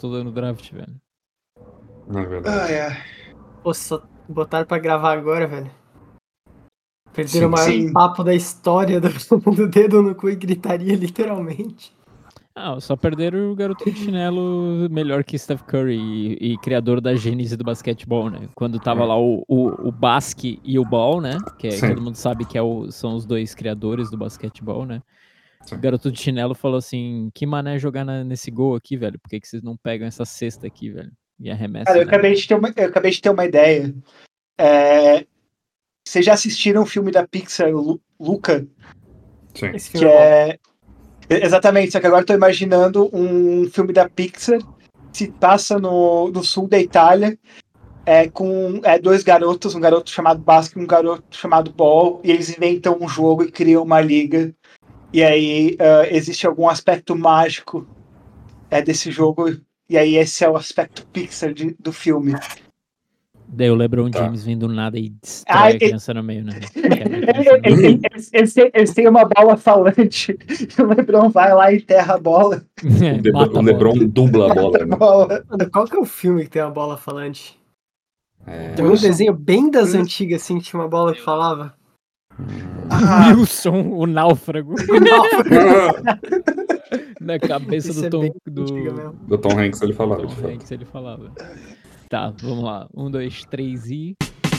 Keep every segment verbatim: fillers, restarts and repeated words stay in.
toda no draft, velho. Não é verdade. Ah, é. Pô, só botaram pra gravar agora, velho. Perderam Sim, o maior sim. papo da história do, do dedo no cu e gritaria, literalmente. Ah, só perderam o garoto de chinelo melhor que Steph Curry e, e criador da gênese do basquetebol, né? Quando tava lá o, o, o Basque e o Ball, né? Que é, Sim. todo mundo sabe que é o, são os dois criadores do basquetebol, né? Sim. O garoto de chinelo falou assim, que mané jogar na, nesse gol aqui, velho? Por que, que vocês não pegam essa cesta aqui, velho? E arremessa. Cara, eu né? acabei de ter uma, eu acabei de ter uma ideia. É, vocês já assistiram o filme da Pixar, Lu- Luca? Sim. Esse Que filme é bom. é... Exatamente, só que agora eu tô imaginando um filme da Pixar se passa no, no sul da Itália, é, com é, dois garotos, um garoto chamado Basque e um garoto chamado Ball, e eles inventam um jogo e criam uma liga. E aí uh, existe algum aspecto mágico é, desse jogo, e aí esse é o aspecto Pixar de, do filme. Daí o LeBron Tá. James vem do nada e destrói Ah, a ele- criança no meio, né? Quebra a criança no meio. Eles, eles- eles têm- eles têm uma bola falante, e o LeBron vai lá e enterra a bola. É, O, Lebr- mata a o bola. LeBron dubla a bola, A né? bola. Mano, qual que é o filme que tem uma bola falante? É. Tem um Wilson. desenho bem das Wilson. antigas, assim, que tinha uma bola que falava. Ah, Wilson, o náufrago, na cabeça Isso do é Tom, bem antiga do, mesmo. Do Tom Hanks ele falava, Tom de fato. Hanks, ele falava. Tá, vamos lá. Um, dois, três e...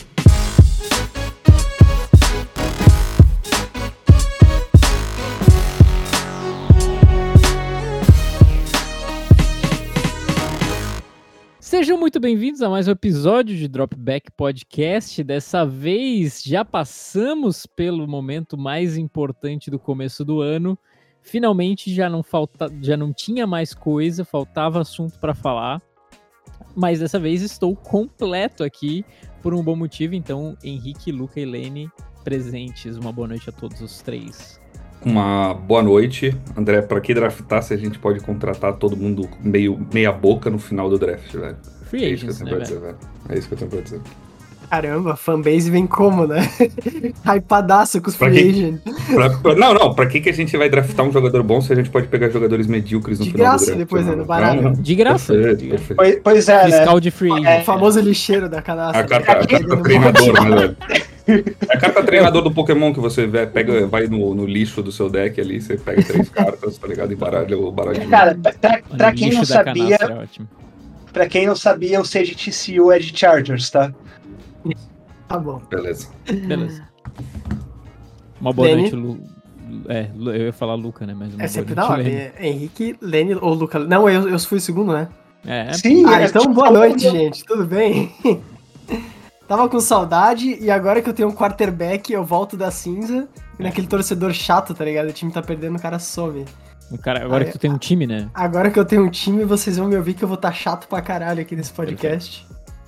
Sejam muito bem-vindos a mais um episódio de Dropback Podcast. Dessa vez já passamos pelo momento mais importante do começo do ano. Finalmente já não falta, já não tinha mais coisa, faltava assunto para falar. Mas dessa vez estou completo aqui por um bom motivo. Então, Henrique, Luca e Lene presentes. Uma boa noite a todos os três. Uma boa noite. André, pra que draftar se a gente pode contratar todo mundo meio meia boca no final do draft, velho? Free É isso que eu agents, tenho né, pra velho? dizer, velho. É isso que eu tenho pra dizer. Caramba, a fanbase vem como, né? Hypadaço com os Pra free quem- agents. Pra- pra- não, não, pra que, que a gente vai draftar um jogador bom se a gente pode pegar jogadores medíocres no De final graça do draft? depois, né, Não, no baralho. não, não. De graça. Perfeito, de graça. perfeito. pois, pois é, né? Fiscal de free agent. É, O famoso lixeiro da canastra. A carta, a carta Pegando treinador, monte. né, velho? É a carta treinador do Pokémon que você vê, pega, vai no, no lixo do seu deck ali, você pega três cartas, tá ligado? E baralha o baralho. Cara, pra, pra- Olha, pra o quem lixo não da sabia, canastra é ótimo. pra quem não sabia, o C G T C U é de Chargers, tá? Tá bom. Beleza. Beleza. Uma boa Lene? noite, Lu... É, Lu- eu ia falar Luca, né? Mas uma É boa sempre noite, da hora. Lene. É Henrique, Lene ou Luca. Não, eu, eu fui o segundo, né? É, Sim, Ah, é- então boa noite, gente. Tudo bem? Tava com saudade e agora que eu tenho um quarterback, eu volto da cinza. E naquele torcedor chato, tá ligado? O time tá perdendo, o cara some. o cara, agora Ah, que tu tem um time, né? Agora que eu tenho um time, vocês vão me ouvir que eu vou estar chato pra caralho aqui nesse podcast.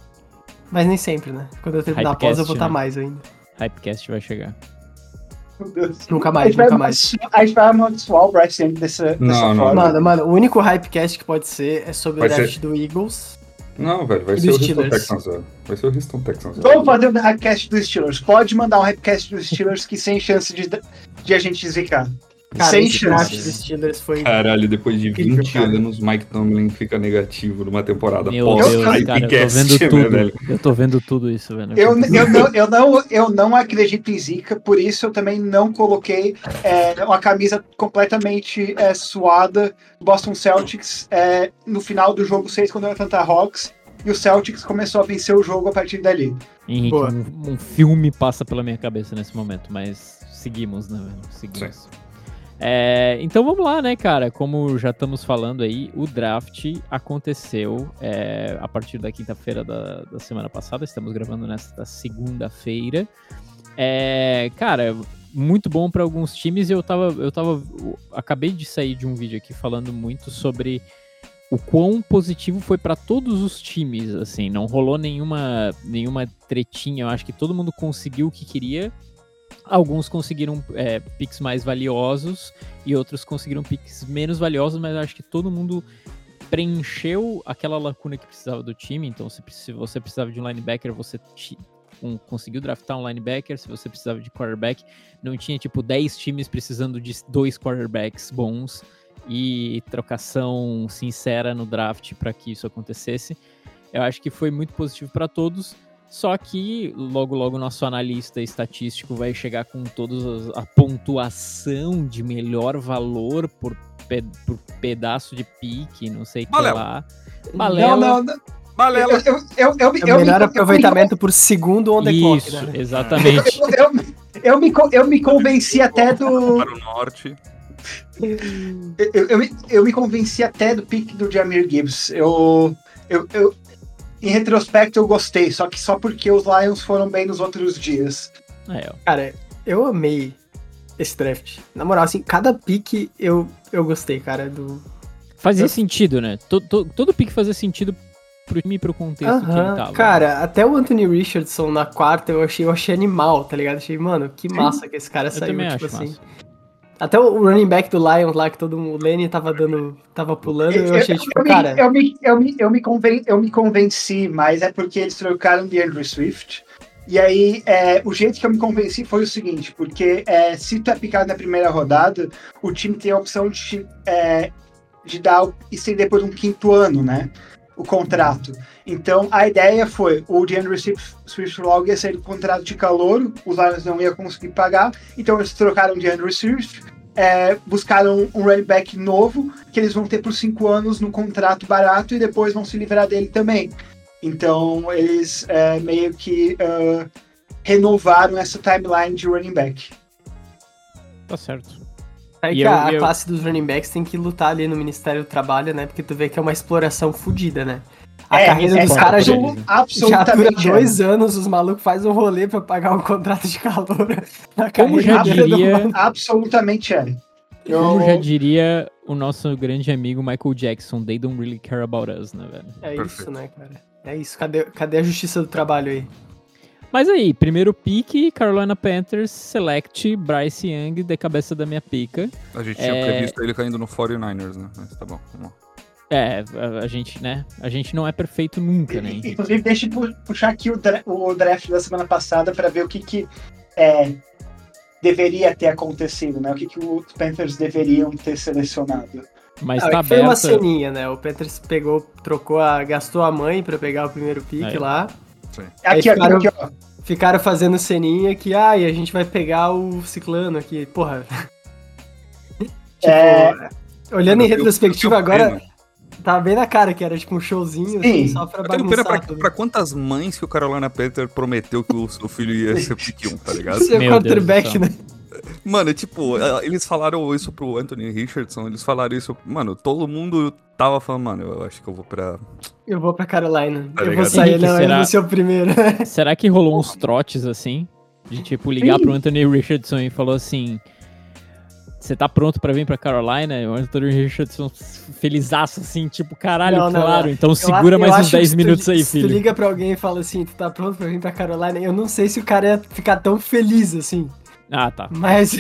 Mas nem sempre, né? Quando eu terminar a pausa, eu vou estar Hypecast, né? mais ainda. Hypecast vai chegar. Meu Deus. Nunca A mais, gente vai nunca mais. amaldiçoar- A gente vai amaldiçoar o Bryce Young dessa, dessa Não, não, forma. Mano, mano, o único hypecast que pode ser é sobre Vai o draft ser- do Eagles. Não, velho, vai E ser o dos Houston Steelers. Texans, velho. Vai ser o Houston Texans. velho. Vamos fazer um hypecast dos Steelers. Pode mandar um hypecast dos Steelers que sem chance de, de a gente zicar. Cara, sem esse draft chance. dos Steelers foi... Caralho, depois de Incrível, vinte cara. anos, Mike Tomlin fica negativo numa temporada Meu pós Deus, cara, eu tô Hypecast, vendo né, tudo. velho? Eu tô vendo tudo isso, velho. Eu, eu, não, eu, não, eu não acredito em zica, por isso eu também não coloquei é, uma camisa completamente é, suada do Boston Celtics é, no final do jogo seis contra o Atlanta Hawks. E o Celtics começou a vencer o jogo a partir dali. Henrique, Boa. um, um filme passa pela minha cabeça nesse momento, mas seguimos, né, velho? Seguimos. É, então vamos lá, né, cara? Como já estamos falando aí, o draft aconteceu é, a partir da quinta-feira da, da semana passada. Estamos gravando nesta segunda-feira. É, cara, muito bom para alguns times. Eu tava, eu tava, eu acabei de sair de um vídeo aqui falando muito sobre o quão positivo foi para todos os times, assim, não rolou nenhuma, nenhuma tretinha. Eu acho que todo mundo conseguiu o que queria. Alguns conseguiram é, picks mais valiosos e outros conseguiram picks menos valiosos, mas eu acho que todo mundo preencheu aquela lacuna que precisava do time. Então, se, se você precisava de um linebacker, você ti- um, conseguiu draftar um linebacker. Se você precisava de quarterback, não tinha tipo dez times precisando de dois quarterbacks bons. e trocação sincera no draft para que isso acontecesse. Eu acho que foi muito positivo para todos, só que logo logo nosso analista estatístico vai chegar com toda a pontuação de melhor valor por, pe, por pedaço de pique, não sei o que lá. Balela. Não, não, não. Balela. Eu, eu, eu, eu, É o eu melhor me- aproveitamento por segundo on the clock, Isso, né? exatamente. Eu, eu, eu, me, con- eu me convenci até do. Para o norte. Eu, eu, eu me, eu me convenci até do pique do Jahmyr Gibbs. Eu, eu, eu, em retrospecto, eu gostei, só que só porque os Lions foram bem nos outros dias. É, ó. Cara, eu amei esse draft. Na moral, assim, cada pique eu, eu gostei, cara, do... Fazia Eu- sentido, né? Todo, todo, todo pique fazia sentido pro time e pro contexto que ele Aham, tava. cara, até o Anthony Richardson na quarta eu achei, eu achei animal, tá ligado? Achei, mano, que massa que esse cara eu saiu, também tipo acho assim. massa. Até o running back do Lions lá, que todo mundo, o Lenny tava dando, tava pulando, eu achei, tipo, eu, me, cara... eu, me, eu, me, eu, me conven, eu me convenci, mas é porque eles trocaram de Andrew Swift. E aí, é, o jeito que eu me convenci foi o seguinte, porque é, se tu é picado na primeira rodada, o time tem a opção de, é, de dar estender por um quinto ano, né? O contrato. Então, a ideia foi, o DeAndre Swift, Swift logo ia sair do contrato de calouro, os Lions não iam conseguir pagar, então eles trocaram o DeAndre Swift, é, buscaram um running back novo, que eles vão ter por cinco anos no contrato barato, e depois vão se livrar dele também. Então, eles é, meio que uh, renovaram essa timeline de running back. Tá certo. É E que eu- a, a eu- classe dos running backs tem que lutar ali no Ministério do Trabalho, né? Porque tu vê que é uma exploração fodida, né? A É, carreira é dos foda caras já, pra eles, né? já dura Absolutamente. dois anos, os malucos fazem um rolê pra pagar um contrato de calor na Como carreira já inteira do diria- maluco. Absolutamente é. Eu- Como já diria o nosso grande amigo Michael Jackson, they don't really care about us, né, velho? É Perfeito. isso, né, cara? É isso. Cadê, cadê a justiça do trabalho aí? Mas aí, primeiro pique, Carolina Panthers, select Bryce Young, de cabeça da minha pica. A gente tinha É. previsto ele caindo no forty-niners, né? Mas tá bom, vamos lá. É, a, a gente, né? A gente não é perfeito nunca, né? Inclusive, deixa eu pu- puxar aqui o, dra- o draft da semana passada para ver o que, que é, deveria ter acontecido, né? O que, que os Panthers deveriam ter selecionado. Mas Ah, tá foi uma aberta. ceninha, né? O Panthers pegou, trocou a. gastou a mãe pra pegar o primeiro pique Aí. lá. Aqui, Aí aqui, ficaram- aqui, ó. Ficaram fazendo ceninha que, ai, a gente vai pegar o ciclano aqui. Porra. tipo, É. olhando em Eu- eu- retrospectiva eu agora, pena. tava bem na cara que era tipo um showzinho, assim, Sim. só pra Eu tenho pena bagunçar pra, tudo. pra quantas mães que o Carolina Panther prometeu que o seu filho ia ser pick um, tá ligado? Ser Meu Deus do quarterback, céu. né? Mano, tipo, eles falaram isso pro Anthony Richardson, eles falaram isso... Mano, todo mundo tava falando, mano, eu acho que eu vou pra... Eu vou pra Carolina. Tá eu vou ligado? sair, Henrique, não, eu será- vou ser o primeiro. Será que rolou uns trotes assim? De tipo, ligar Sim. pro Anthony Richardson e falou assim: você tá pronto pra vir pra Carolina? E o Anthony Richardson felizaço, assim, tipo, caralho, Não, não, claro, não. então Eu segura a- eu mais uns acho que dez se tu- minutos aí, Se tu filho. liga pra alguém e fala assim, tu tá pronto pra vir pra Carolina, eu não sei se o cara ia ficar tão feliz assim. Ah, tá. Mas.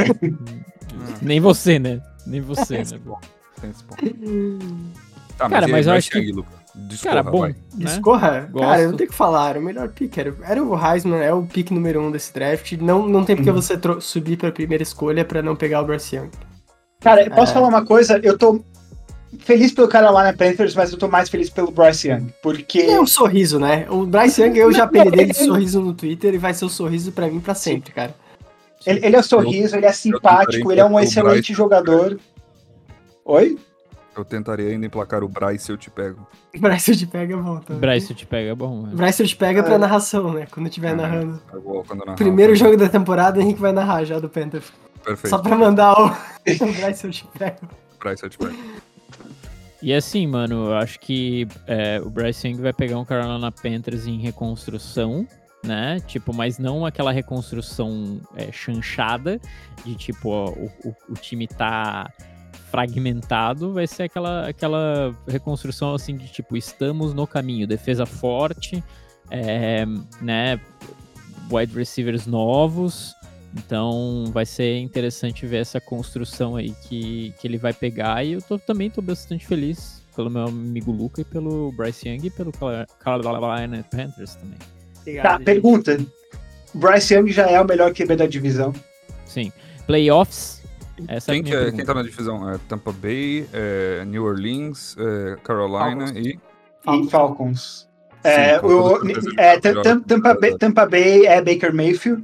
Nem você, né? Nem você, né? Tem esse ponto. Tá, Cara, e aí, mas eu vai acho que- seguir, Luca. Discorra, Cara, bom, vai. né? Discorra? Gosto. Cara, eu não tenho o que falar, era o melhor pick. Era, era o Heisman, é o pick número um desse draft. Não, não tem porque você tro- subir pra primeira escolha pra não pegar o Bryce Young. Cara, eu posso É. falar uma coisa? Eu tô feliz pelo Carolina Panthers, mas eu tô mais feliz pelo Bryce Young. Porque. É um sorriso, né? O Bryce Young, eu já apelidei de sorriso no Twitter e vai ser o sorriso pra mim pra sempre, cara. Ele, ele é sorriso, ele é simpático, ele é um tentarei excelente Bryce. jogador. Oi? Eu tentaria ainda emplacar o Bryce se eu te pego. O Bryce te pega, volta. Bryce te pega, é bom. O Né? Bryce te pega pra É. narração, né? Quando estiver narrando. Eu vou quando eu narrar. Primeiro jogo da temporada, o Henrique vai narrar já do Panthers. Perfeito. Só pra mandar o, o Bryce eu te pego. Bryce eu te pego. E assim, mano, eu acho que é, o Bryce Young vai pegar um Carolina Panthers em reconstrução, né? Tipo, mas não aquela reconstrução é, chanchada, de tipo, ó, o, o, o time tá fragmentado, vai ser aquela, aquela reconstrução assim de tipo, estamos no caminho, defesa forte, é, né? Wide receivers novos. Então vai ser interessante ver essa construção aí que, que ele vai pegar. E eu tô, também tô bastante feliz pelo meu amigo Luca e pelo Bryce Young e pelo Car- Carolina Panthers também. Obrigado, Tá, gente. pergunta. Bryce Young já é o melhor Q B da divisão. Sim. Playoffs, Essa Quem, é a que minha é, pergunta. quem tá na divisão? É Tampa Bay, é New Orleans, é Carolina Falcons. e... E Falcons. Sim, É, com toda o, certeza ele é, foi o melhor Tam- Tampa, Bay, Tampa Bay é Baker Mayfield.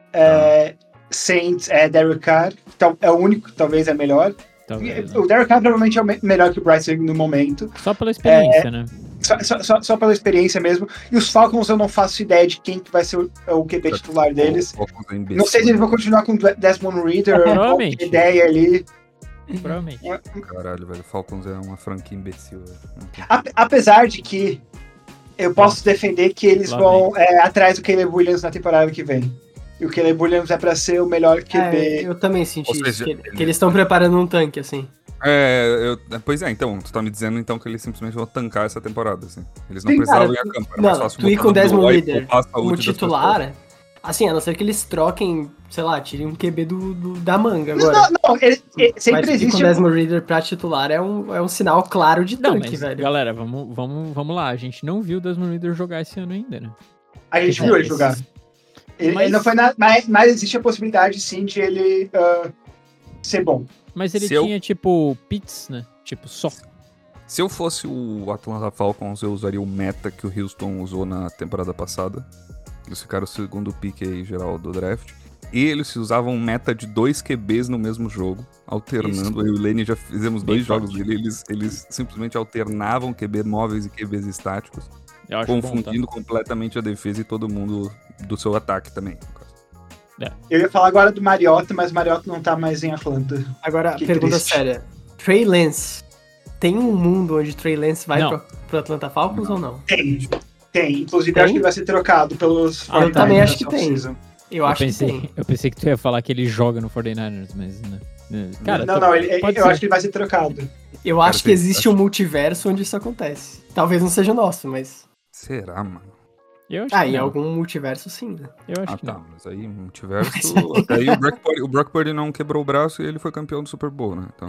É, Saints é Derek Carr. Então, é o único, talvez é melhor. Talvez, né? O Derek Carr provavelmente é o me- melhor que o Bryce Young no momento. Só pela experiência, né? Só, só, só, só pela experiência mesmo. E os Falcons eu não faço ideia de quem que vai ser o, o Q B titular deles. O Falcons é imbecil. Não sei se eles vão continuar com o Desmond Ridder ou Provavelmente. qualquer ideia ali. Provavelmente. Caralho, velho, o Falcons é uma franquia imbecil, velho. Não tem- Ape- Apesar de que eu posso defender que eles Lá vão é, atrás do Caleb Williams na temporada que vem. E o Caleb Williams é pra ser o melhor Q B. É, eu também senti Ou isso, seja, que, ele- que eles estão preparando um tanque, assim. É, eu, pois é, então, tu tá me dizendo então que eles simplesmente vão tancar essa temporada, assim. Eles não Sim, precisavam cara, ir a campo, era não, mais fácil tu ir botar com o no Desmond Blue e Ridder poupar a saúde como das titular, assim, a não ser que eles troquem, sei lá, tirem um Q B do, do- da manga Não, agora. não, ele, ele- sempre Mas ir com existe. o Desmond Ridder pra titular é um, é um sinal claro de Não, tanque, mas, velho. galera, vamos, vamos, vamos lá. A gente não viu o Desmond Ridder jogar esse ano ainda, né? A gente É, viu ele esses- jogar. Ele, Mas- ele não foi nada. Mas, mas existe a possibilidade, sim, de ele ah, ser bom. Mas ele Se eu- tinha, tipo, pits, né? Tipo, só. Se eu fosse o Atlanta Falcons, eu usaria o meta que o Houston usou na temporada passada. Eles ficaram o segundo pick aí geral do draft. E eles usavam um meta de dois Q Bs no mesmo jogo, alternando. Eu e o Lenny já fizemos Bem dois jogos forte. dele. Eles, eles simplesmente alternavam Q B móveis e Q Bs estáticos, Eu acho bom, tá? confundindo completamente a defesa e todo mundo do seu ataque também. no caso. Eu ia falar agora do Mariota, mas Mariota não tá mais em Atlanta. Agora, Que pergunta triste. séria. Trey Lance, tem um mundo onde Trey Lance vai Não. pro, pro Atlanta Falcons ou não? Tem. Tem. Inclusive, Tem? acho que ele vai ser trocado pelos Ah, eu também quarenta acho que nessa tem. off-season. Eu, Eu acho pensei, que tem. eu pensei que tu ia falar que ele joga no quarenta e nine ers, mas... Né? Cara, não, tô- não, ele, pode eu ser. acho que ele vai ser trocado. Eu acho que tem- existe acho- um multiverso onde isso acontece. Talvez não seja o nosso, mas... Será, mano? Eu acho Ah, que em não. algum multiverso sim, né? Eu acho Ah, que tá, não. mas aí, multiverso. Até aí o Brock Purdy, o Brock Purdy não quebrou o braço e ele foi campeão do Super Bowl, né? Então,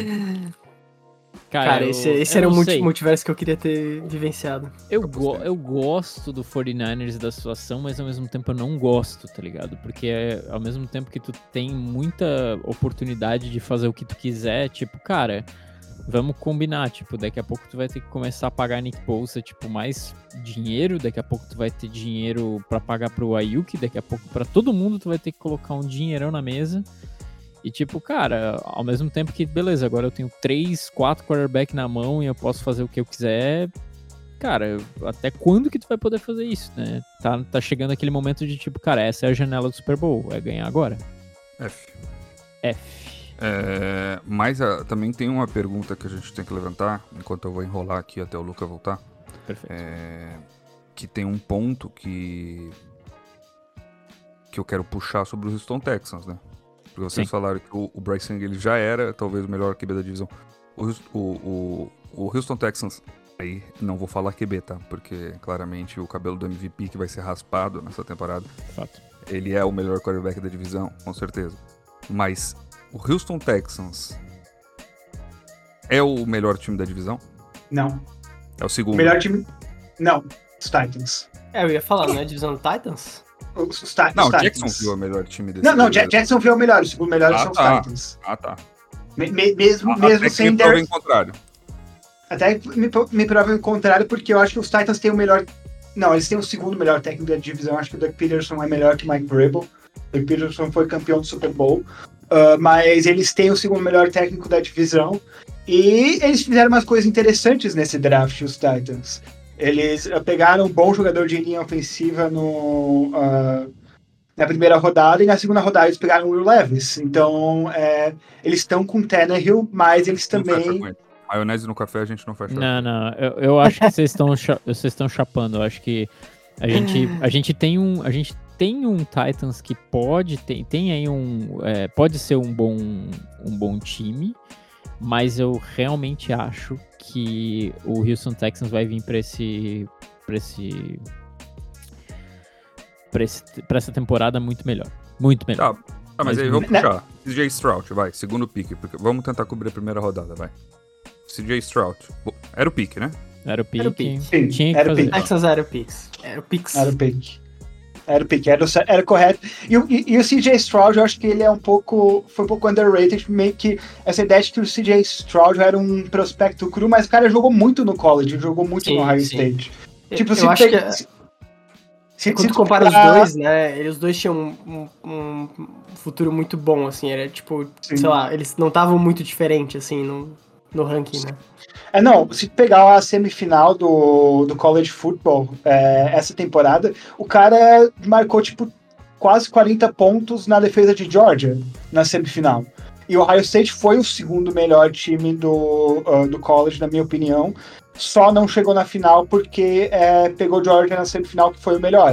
Cara, eu- esse, esse eu era um não multi- sei. multiverso que eu queria ter vivenciado. Eu, go- eu gosto do quarenta e nine ers e da situação, mas ao mesmo tempo eu não gosto, tá ligado? Porque é, ao mesmo tempo que tu tem muita oportunidade de fazer o que tu quiser, tipo, cara, vamos combinar, tipo, daqui a pouco tu vai ter que começar a pagar Nick Bosa, tipo, mais dinheiro, daqui a pouco tu vai ter dinheiro pra pagar pro Ayuk, daqui a pouco pra todo mundo tu vai ter que colocar um dinheirão na mesa. E tipo, cara, ao mesmo tempo que, beleza, agora eu tenho três, quatro quarterback na mão e eu posso fazer o que eu quiser, cara, até quando que tu vai poder fazer isso, né? Tá, tá chegando aquele momento de tipo, cara, essa é a janela do Super Bowl, é ganhar agora. F. F. É, mas ah, também tem uma pergunta que a gente tem que levantar, enquanto eu vou enrolar aqui até o Luca voltar. Perfeito. É, que tem um ponto que que eu quero puxar sobre o Houston Texans, né? Porque vocês Sim. falaram que o, o Bryce Young ele já era talvez o melhor Q B da divisão. O, Hous- o, o, o Houston Texans, aí não vou falar Q B, tá? Porque claramente o cabelo do M V P que vai ser raspado nessa temporada, Fato. ele é o melhor quarterback da divisão, com certeza. Mas o Houston Texans é o melhor time da divisão? Não. É o O segundo? melhor time. Não. Os Titans. É, eu ia falar, não é a divisão do Titans? Os, os, Ti- Não, os o Titans. Jacksonville é o melhor time desse. Não, não, da Ja- Jacksonville é o melhor. O segundo melhor Ah, são os tá. Titans. Ah, tá. Me- me- mesmo Ah, mesmo até que sem me provem Der... o contrário. Até que me, me provem o contrário, porque eu acho que os Titans têm o melhor. Não, eles têm o segundo melhor técnico da divisão. Eu acho que o Doug Peterson é melhor que o Mike Vrabel. O Doug Peterson foi campeão do Super Bowl. Uh, mas eles têm o segundo melhor técnico da divisão. E eles fizeram umas coisas interessantes nesse draft, os Titans. Eles uh, pegaram um bom jogador de linha ofensiva no, uh, na primeira rodada, e na segunda rodada eles pegaram o Will Levis. Então, é, eles estão com o Tannehill, mas eles Não fecha também... com ele. Maionese no café a gente não fecha. Não, não, eu, eu acho que vocês estão cha- vocês estão chapando. Eu acho que a gente, a gente tem um, a gente tem um Titans que pode tem, tem aí um, é, pode ser um bom, um bom time, mas eu realmente acho que o Houston Texans vai vir para esse, para esse, para esse, para essa temporada muito melhor, muito melhor. Tá, tá mas, Mas aí vamos né? puxar. C J Stroud, vai, segundo pique. Porque vamos tentar cobrir a primeira rodada, vai. C J Stroud. Bom, era o pique, né? Era o pique, Era o pique. Sim, tinha que era o fazer. pique. Texans era o Pix. Era o Pix. Era o pick. Era o pick, era, o, era correto. E, e, e o C J Stroud, eu acho que ele é um pouco. Foi um pouco underrated, meio que essa ideia de que o C J Stroud era um prospecto cru, mas o cara jogou muito no college, jogou muito sim, no Ohio sim. State. Eu, tipo, eu se acho pega, que. se, se, quando tu compara os dois, né? Eles dois tinham um, um, um futuro muito bom, assim. Era tipo, sim. sei lá, eles não estavam muito diferentes, assim, no, no ranking, né? É, não, se pegar a semifinal do, do college football é, essa temporada, o cara marcou, tipo, quase quarenta pontos na defesa de Georgia na semifinal. E o Ohio State foi o segundo melhor time do, uh, do college, na minha opinião. Só não chegou na final porque é, pegou Georgia na semifinal, que foi o melhor.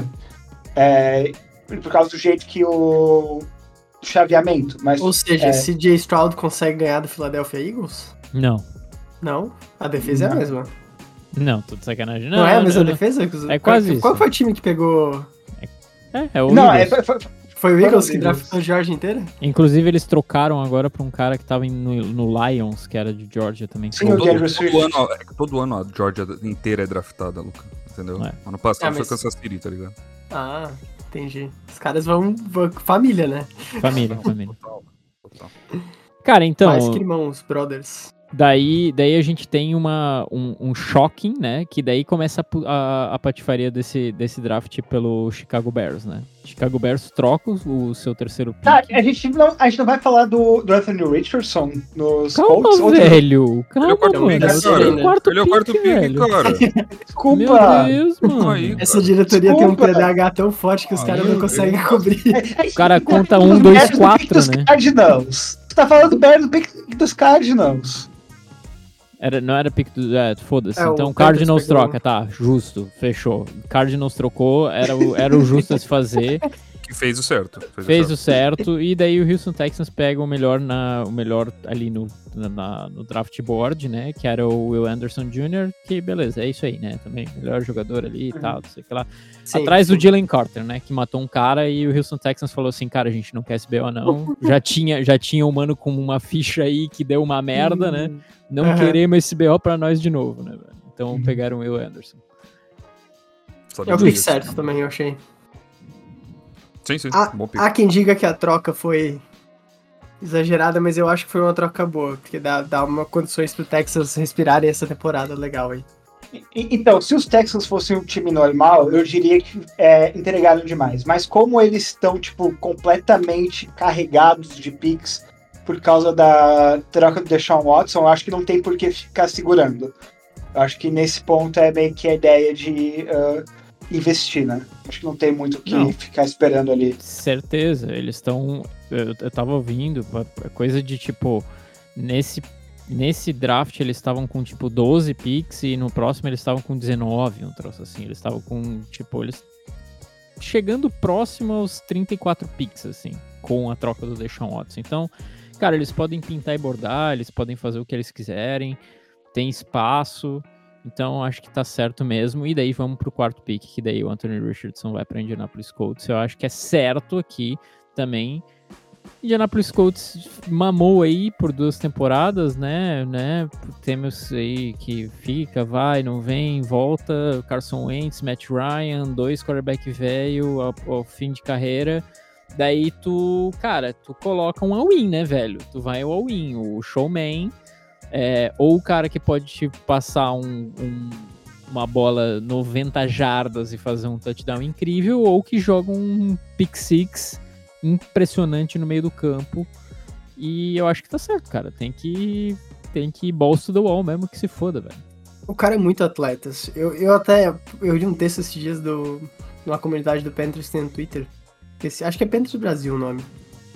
É, por causa do jeito que o chaveamento. Mas, Ou seja, é, C J Stroud consegue ganhar do Philadelphia Eagles? Não. Não? A defesa não. é a mesma. Não, tô de sacanagem. Não, não é a mesma não, defesa? É quase qual, isso. Qual foi o time que pegou... É, é o não, Eagles. É, foi, foi o Eagles que draftou a Georgia inteira? Inclusive, eles trocaram agora pra um cara que tava no, no Lions, que era de Georgia também. Sim, o todo, todo, ano, todo ano a Georgia inteira é draftada, Luca. Entendeu? É. Ano passado ah, mas... foi Kansas City, tá ligado? Ah, entendi. Os caras vão... vão família, né? Família, família. Total, total. Cara, então... Mais que irmãos, brothers. Daí, daí a gente tem uma, um, um shocking, né? Que daí começa a, a, a patifaria desse, desse draft pelo Chicago Bears, né? Chicago Bears troca o seu terceiro pick. Tá, a gente não, a gente não vai falar do, do Anthony Richardson nos calma, Colts? Velho, calma, calma, mano. Ele é o quarto pick, Ele é o quarto pick, velho. cara. Desculpa. Meu Deus, mano. Aí, essa diretoria Desculpa. tem um T D A H tão forte que os caras não conseguem cobrir. O cara conta um, dois, quatro, né? Cardinals. Você tá falando do Bears do pick dos Cardinals. Era, não era pick do... É, foda-se. É, então Cardinals troca, tá, justo, fechou. Cardinals trocou, era o, era o justo a se fazer. Que fez o certo. Fez, fez o, certo. o certo, e daí o Houston Texans pega o melhor, na, o melhor ali no, na, no draft board, né, que era o Will Anderson Júnior, que beleza, é isso aí, né, também melhor jogador ali e uhum. tal, não sei o que lá. Sim, Atrás sim. do Jalen Carter, né, que matou um cara, e o Houston Texans falou assim, cara, a gente não quer esse B O não, já tinha, já tinha um mano com uma ficha aí que deu uma merda, né, não uhum. queremos esse B O pra nós de novo, né, velho. Então uhum. pegaram o Will Anderson. É o pick certo também, eu achei. Sim, sim. Há, Bom pick. Há quem diga que a troca foi exagerada, mas eu acho que foi uma troca boa, porque dá, dá uma condições pro Texas respirarem essa temporada legal aí. Então, se os Texans fossem um time normal, eu diria que é, entregaram demais. Mas como eles estão, tipo, completamente carregados de picks por causa da troca do Deshaun Watson, eu acho que não tem por que ficar segurando. Eu acho que nesse ponto é meio que a ideia de uh, investir, né? Acho que não tem muito o que não. ficar esperando ali. Certeza, eles estão... Eu, eu tava ouvindo, coisa de, tipo, nesse... Nesse draft eles estavam com, tipo, doze picks e no próximo eles estavam com dezenove, um troço assim. Eles estavam com, tipo, eles chegando próximo aos trinta e quatro picks, assim, com a troca do Deshaun Watson. Então, cara, eles podem pintar e bordar, eles podem fazer o que eles quiserem, tem espaço, então acho que tá certo mesmo. E daí vamos pro quarto pick, que daí o Anthony Richardson vai pra Indianapolis Colts. Eu acho que é certo aqui também. Indianapolis Colts mamou aí por duas temporadas, né, né, temos aí que fica, vai, não vem, volta, Carson Wentz, Matt Ryan, dois quarterback velho ao, ao fim de carreira, daí tu, cara, tu coloca um all-in, né, velho, tu vai ao all-in, o showman, é, ou o cara que pode te passar um, um, uma bola noventa jardas e fazer um touchdown incrível, ou que joga um pick six impressionante no meio do campo, e eu acho que tá certo, cara, tem que tem que balls to the wall mesmo, que se foda, velho. O cara é muito atleta. Eu, eu até, eu li um texto esses dias do, numa comunidade do Panthers no Twitter, esse, acho que é Panthers Brasil o nome,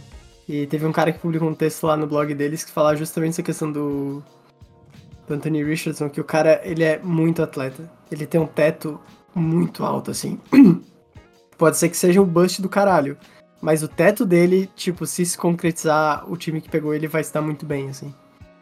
e teve um cara que publicou um texto lá no blog deles que falava justamente essa questão do, do Anthony Richardson, que o cara, ele é muito atleta, ele tem um teto muito alto, assim, pode ser que seja um bust do caralho, mas o teto dele, tipo, se se concretizar, o time que pegou ele vai estar muito bem, assim.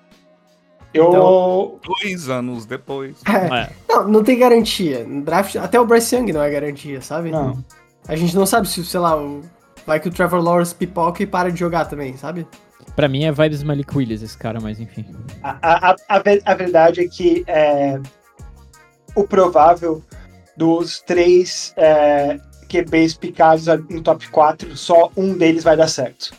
Eu... Então, dois anos depois. É, é. Não, não tem garantia. No draft, até o Bryce Young não é garantia, sabe? Não. A gente não sabe se, sei lá, o... vai que o Trevor Lawrence pipoca e para de jogar também, sabe? Pra mim é vibes Malik Willis esse cara, mas enfim. A, a, a, a verdade é que é, o provável dos três... É, Q Bs picados no top quatro, só um deles vai dar certo.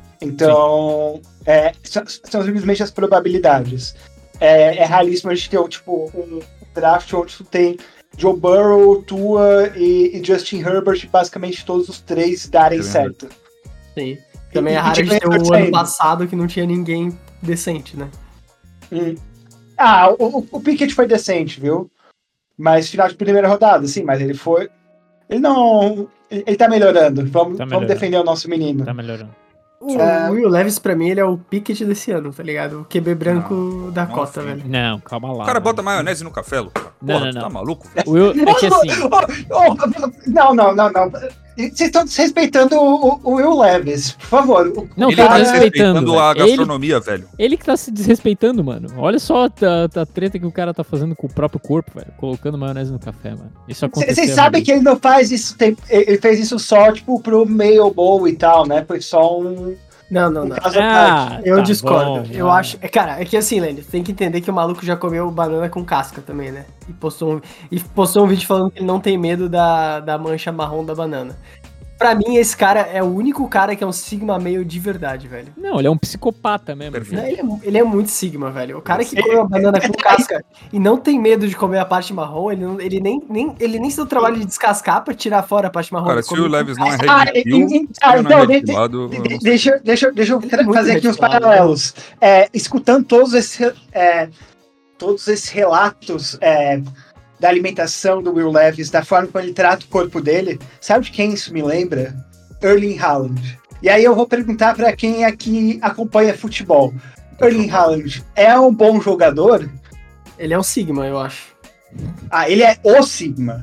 Então, é, são, são simplesmente as probabilidades. É, é raríssimo a gente ter tipo, um draft onde tu tem Joe Burrow, Tua e, e Justin Herbert, basicamente todos os três darem certo. Sim. Também E- é e raro a gente Jalen ter o Hurts ano ainda. passado que não tinha ninguém decente, né? Hum. Ah, o, o, o Pickett foi decente, viu? Mas final de primeira rodada, sim, mas ele foi. Ele não. Ele, ele tá melhorando. Vamos, Tá vamos melhorando. defender o nosso menino. Tá melhorando. O É. Will Levis, pra mim, ele é o Pickett desse ano, tá ligado? O Q B branco Não, da não cota, ofende. velho. Não, calma lá. O cara velho. bota maionese no café, Lucas. Não, Porra, não, tu não. tá maluco, velho? O Will, é que assim, Oh, oh, não, não, não, não. Vocês estão desrespeitando o, o Will Levis, por favor. O- Não, o Ele tá tá cara- desrespeitando, desrespeitando a velho. Ele- gastronomia, velho. ele que tá se desrespeitando, mano. Olha só a, a treta que o cara tá fazendo com o próprio corpo, velho. Colocando maionese no café, mano. Isso aconteceu. Vocês sabem que ele não faz isso, tem- ele fez isso só, tipo, pro Mail Bowl e tal, né? Foi só um, Não, não, um não. caso à parte. Ah, Eu tá discordo. bom, eu vai. acho. É, cara, é que assim, Lenny, tem que entender que o maluco já comeu banana com casca também, né? E postou um, e postou um vídeo falando que ele não tem medo da, da mancha marrom da banana. Pra mim, esse cara é o único cara que é um Sigma meio de verdade, velho. Não, ele é um psicopata mesmo. Perfeito. gente. Não, ele, é, mu- ele é muito Sigma, velho. O cara que come uma banana com casca e não tem medo de comer a parte marrom, ele, não- ele, nem, nem, ele nem se dá o trabalho de descascar pra tirar fora a parte marrom. Cara, ele se come o com Levis não é Ah, Red e- Pill, e- se ah, ele não é então, Red de- Pillado, eu de- não de- sei. deixa, deixa, deixa eu Ele é muito fazer aqui uns retipado, paralelos. É, escutando todos esses, é, todos esses relatos é, da alimentação do Will Levis, da forma como ele trata o corpo dele, sabe de quem isso me lembra? Erling Haaland. E aí eu vou perguntar para quem aqui acompanha futebol. Erling Haaland é um bom jogador? Ele é um Sigma, eu acho. Ah, ele é o Sigma.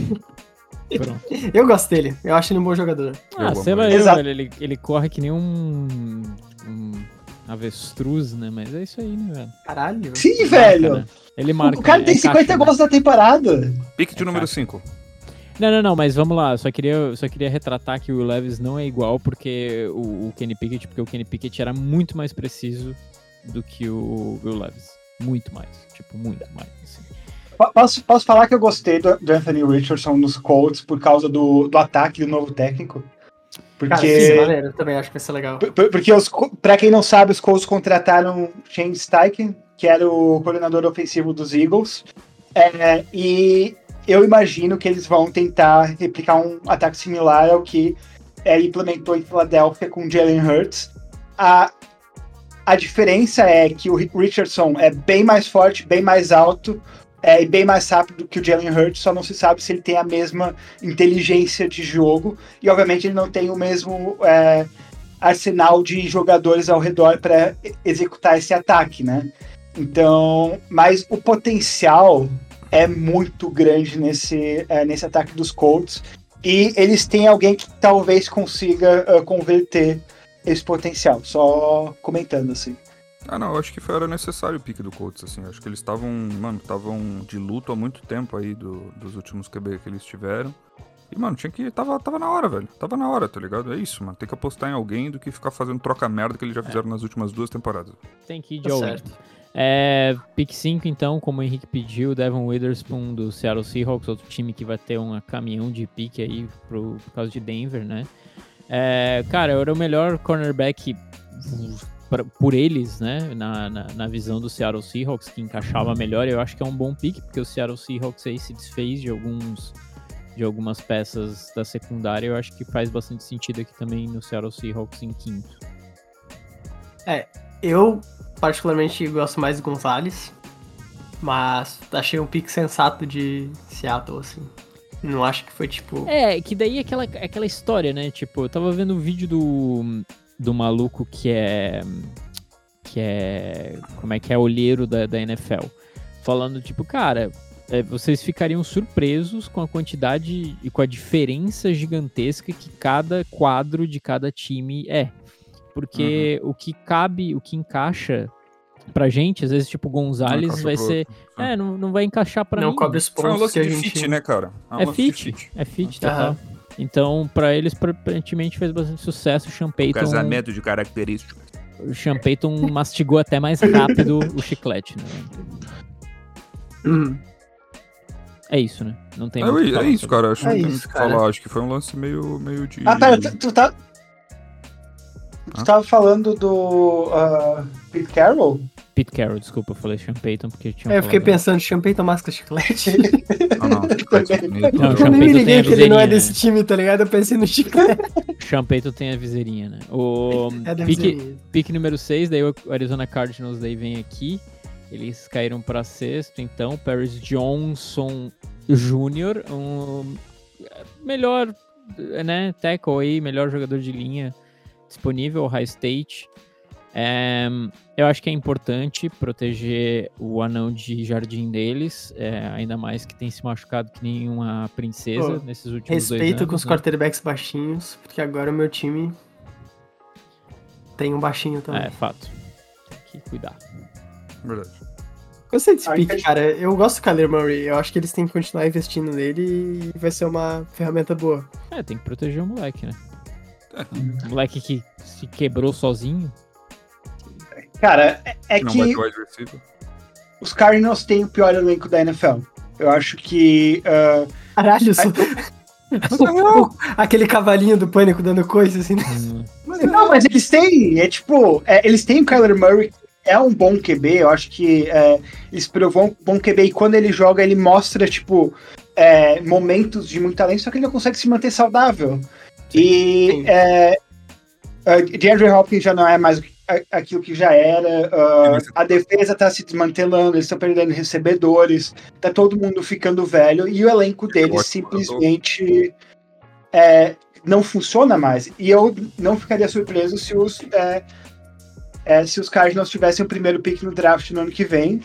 Pronto. Eu gosto dele. Eu acho ele um bom jogador. Ah, Eu sei amo lá, ele. eu, Exato. velho. Ele, ele corre que nem um, um avestruz, né? Mas é isso aí, né, velho? Caralho. Sim, Marca, velho. né? Ele marca. O cara né? tem É cinquenta caixa, né? gols na temporada. Pique de É número caixa. cinco. Não, não, não, mas vamos lá. Eu só queria, eu só queria retratar que o Levis não é igual porque o, o Kenny Pickett, porque o Kenny Pickett era muito mais preciso do que o Will Levis. Muito mais. Tipo, muito mais. Assim. Po- Posso, posso falar que eu gostei do, do Anthony Richardson nos Colts por causa do, do ataque do novo técnico? Cara, sim, Porque, maneiro. Eu também acho que vai ser legal. por- por- porque os, Co- pra quem não sabe, os Colts contrataram Shane Steichen, que era o coordenador ofensivo dos Eagles. É, e eu imagino que eles vão tentar replicar um ataque similar ao que é, implementou em Filadélfia com Jalen Hurts. A, a diferença é que o Richardson é bem mais forte, bem mais alto, é, e bem mais rápido que o Jalen Hurts, só não se sabe se ele tem a mesma inteligência de jogo, e obviamente ele não tem o mesmo é, arsenal de jogadores ao redor para executar esse ataque, né? Então, mas o potencial é muito grande nesse, é, nesse ataque dos Colts, e eles têm alguém que talvez consiga uh, converter esse potencial, só comentando assim. Ah, não, eu acho que foi, era necessário o pique do Colts, assim. Acho que eles estavam, mano, estavam de luto há muito tempo aí do, dos últimos Q B que eles tiveram. E, mano, tinha que. Tava, tava na hora, velho. Tava na hora, tá ligado? É isso, mano. Tem que apostar em alguém do que ficar fazendo troca-merda que eles já fizeram nas últimas duas temporadas. Tem que ir de Tá all in. certo. É, pick cinco, então, como o Henrique pediu, Devon Witherspoon do Seattle Seahawks, outro time que vai ter um caminhão de pique aí pro, por causa de Denver, né? É, cara, era o melhor cornerback pra, por eles, né? Na, na, na visão do Seattle Seahawks, que encaixava melhor. Eu acho que é um bom pick, porque o Seattle Seahawks aí se desfez de alguns de algumas peças da secundária. Eu acho que faz bastante sentido aqui também no Seattle Seahawks em quinto. Eu, particularmente, gosto mais do Gonzalez, mas achei um pique sensato de Seattle, assim. Não acho que foi, tipo... É, que daí é aquela, aquela história, né? Tipo, eu tava vendo o vídeo do, do maluco que é. Que é. Como é que é? Olheiro da, da N F L. Falando, tipo, cara, é, vocês ficariam surpresos com a quantidade e com a diferença gigantesca que cada quadro de cada time é. Porque o que cabe, o que encaixa pra gente, às vezes, tipo, Gonzalez Não vai encaixa pro ser. outro. É, não, não vai encaixar pra não mim. cobre os Foi um pontos lance que a de gente... fit, né, cara? um É lance de fit, é fit, Aham. total. Então, pra eles, aparentemente, fez bastante sucesso. O Sean Payton, de características. o Sean Payton mastigou até mais rápido o chiclete, né? Uhum. É isso, né? Não tem É, muito o que é falar isso, sobre. cara. Acho que É não tem isso, muito o que cara. falar. Acho que foi um lance meio, meio de. Ah, pera, tu, tu tá. Tu Hã? tava falando do uh, Pete Carroll? Pete Carroll, desculpa, eu falei Sean Payton porque tinha É, eu fiquei falado. pensando, Champagne máscara chiclete. Ah, não, chiclete Também. infinito. Não, eu- Sean Eu nem me Payton liguei tem a que ele não é viseirinha, desse né? time, tá ligado? Eu pensei no chiclete. Sean Payton tem a viseirinha, né? O É da pique, viseirinha. pique número seis, daí o Arizona Cardinals daí vem aqui. Eles caíram pra sexto, então. Paris Johnson Júnior, um melhor, né, tackle aí, melhor jogador de linha disponível, High State. É, eu acho que é importante proteger o anão de jardim deles, é, ainda mais que tem se machucado que nem uma princesa Pô, nesses últimos dois Respeito anos. com os né? quarterbacks baixinhos, porque agora o meu time tem um baixinho também. É, fato. Tem que cuidar. Verdade. Gostei desse Acho pick, que- cara. Eu gosto do Kyler Murray. Eu acho que eles têm que continuar investindo nele e vai ser uma ferramenta boa. É, tem que proteger o moleque, né? O moleque que se quebrou sozinho. Cara, é, é Não vai que ter wide receiver. os Cardinals têm o pior elenco da N F L. Eu acho que. uh, Caralho, só... Aquele cavalinho do pânico dando coisa assim. né? Hum, Não, mas eles têm. É tipo. é, eles têm o Kyler Murray. É um bom Q B. Eu acho que é, eles provou um bom Q B. E quando ele joga, ele mostra, tipo, é, momentos de muito talento. Só que ele não consegue se manter saudável. E. Sim. É, uh, DeAndre Hopkins já não é mais o que- a- aquilo que já era. uh, a defesa tá se desmantelando. Eles estão perdendo recebedores. Tá todo mundo ficando velho. E o elenco deles ótimo, simplesmente. é, não funciona mais. E eu não ficaria surpreso se os, é, é, se os Cardinals tivessem o primeiro pick no draft no ano que vem.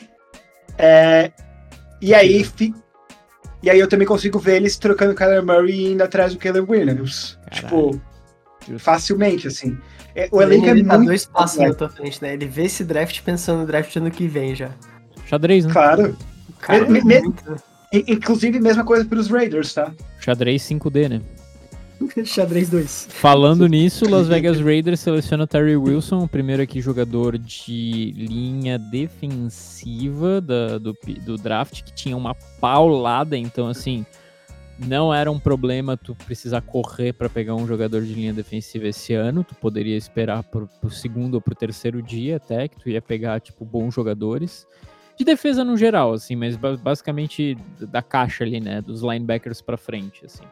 É, e, aí, fi- e aí eu também consigo ver eles trocando o Kyler Murray e indo atrás do Caleb Williams. Caralho. Tipo, Justo. facilmente, assim. É, o elenco é ele tá muito dois passos na complexo, tua frente, né? Ele vê esse draft pensando no draft ano que vem já. Xadrez, né? claro. O cara Me- é me- muito... I- Inclusive, mesma coisa para os Raiders, tá? Xadrez cinco D, né? Xadrez dois. Falando nisso, Las Vegas Raiders seleciona Terry Wilson, o primeiro aqui jogador de linha defensiva da- do, pi- do draft, que tinha uma paulada, então assim, não era um problema tu precisar correr para pegar um jogador de linha defensiva esse ano, tu poderia esperar pro, pro segundo ou pro terceiro dia até, que tu ia pegar, tipo, bons jogadores. De defesa no geral, assim, mas ba- basicamente da caixa ali, né, dos linebackers pra frente, assim.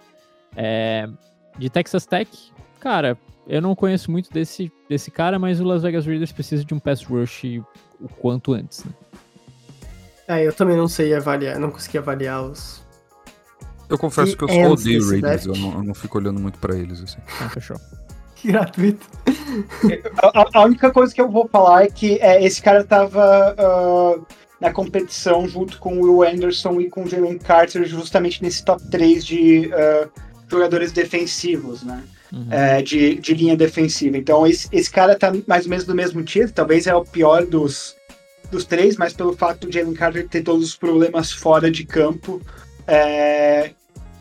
É, de Texas Tech, cara, eu não conheço muito desse, desse cara, mas o Las Vegas Raiders precisa de um pass rush o quanto antes, né? É, eu também não sei avaliar, não consegui avaliar os... Eu confesso E que eu só ends odeio desse Raiders. Eu draft. não, eu não fico olhando muito pra eles, assim. Então, fechou. Gratuito. A, a- a única coisa que eu vou falar é que é, esse cara tava ah, na competição junto com o Will Anderson e com o Jalen Carter, justamente nesse top três de ah, jogadores defensivos, né? Uhum. É, de, de linha defensiva. Então, esse, esse cara tá mais ou menos do mesmo tier, talvez é o pior dos, dos três, mas pelo fato do Jalen Carter ter todos os problemas fora de campo, é,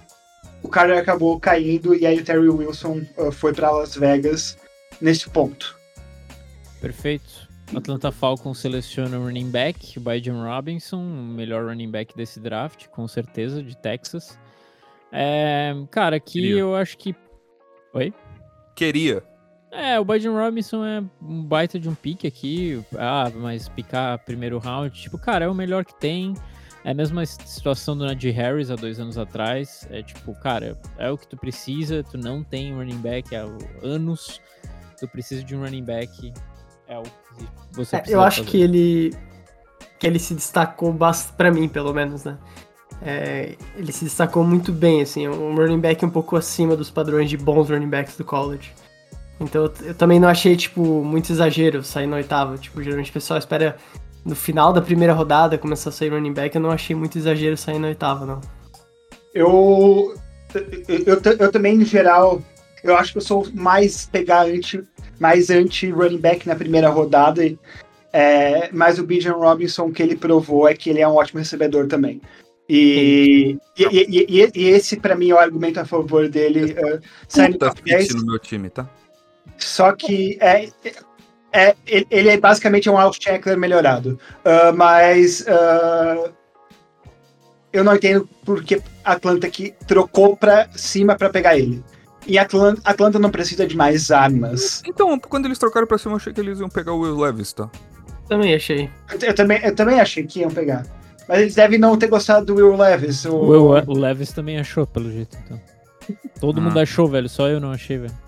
o cara acabou caindo e aí o Terry Wilson uh, foi para Las Vegas nesse ponto. Perfeito. Atlanta Falcons seleciona o running back, o Bijan Robinson, o melhor running back desse draft, com certeza, de Texas. É, cara, aqui Queria. eu acho que... Oi? Queria. É, o Bijan Robinson é um baita de um pique aqui. Ah, mas picar primeiro round, tipo, cara, é o melhor que tem. É a mesma situação do Najee Harris há dois anos atrás. É tipo, cara, é o que tu precisa. Tu não tem um running back há anos. Tu precisa de um running back. É o que você É, precisa eu acho fazer. que ele que ele se destacou bastante, pra mim, pelo menos, né? É, ele se destacou muito bem, assim, um running back um pouco acima dos padrões de bons running backs do college. Então eu, eu também não achei, tipo, muito exagero sair na oitava. Tipo, geralmente o pessoal espera no final da primeira rodada começar a sair running back. Eu não achei muito exagero sair na oitava, não. Eu, eu, eu, eu também, em geral, eu acho que eu sou mais pegar anti, mais anti-running back na primeira rodada, é, mas o Bijan Robinson, o que ele provou é que ele é um ótimo recebedor também. E, e, e, e, e esse, pra mim, é o argumento a favor dele uh, saindo Puta top dez. fit no meu time, tá? Só que é, é, ele é basicamente um Austin Eckler melhorado. Uh, mas uh, eu não entendo porque a Atlanta que trocou pra cima pra pegar ele. E a Atlanta, Atlanta não precisa de mais armas. Então, quando eles trocaram pra cima, eu achei que eles iam pegar o Will Levis, tá? Também achei. Eu, eu também, eu também achei que iam pegar. Mas eles devem não ter gostado do Will Levis. O, O, Will, o Levis também achou, pelo jeito, então. Todo Ah. mundo achou, velho, só eu não achei, velho.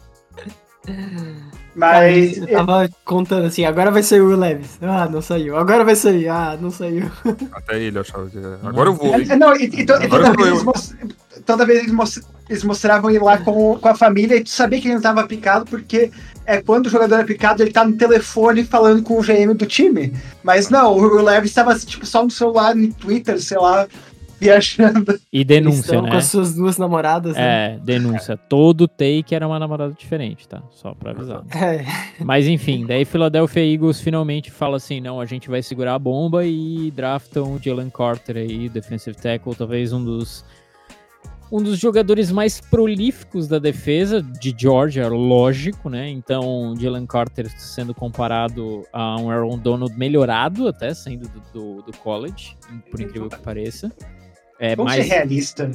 Mas eu tava contando assim, agora vai sair o Will Levis. Ah, não saiu. Agora vai sair. Ah, não saiu. Até ele achava que... Agora eu vou. É, não, e, e, to, e Agora toda, sou vez eu. eles most, toda vez eles, most, eles mostravam ele lá com, com a família e tu sabia que ele não tava picado porque é, quando o jogador é picado ele tá no telefone falando com o G M do time. Mas não, o Will Levis estava tipo, só no celular, no Twitter, sei lá, viajando. E denúncia, Estão né? com as suas duas namoradas, né? É, denúncia. Todo take era uma namorada diferente, tá? Só pra avisar. É. Mas enfim, daí Philadelphia Eagles finalmente fala assim, não, a gente vai segurar a bomba e draftam o Jalen Carter aí, defensive tackle, talvez um dos um dos jogadores mais prolíficos da defesa de Georgia, lógico, né? Então, Jalen Carter sendo comparado a um Aaron Donald melhorado até, saindo do, do, do college, por incrível que pareça. É, Vamos mais... ser realistas.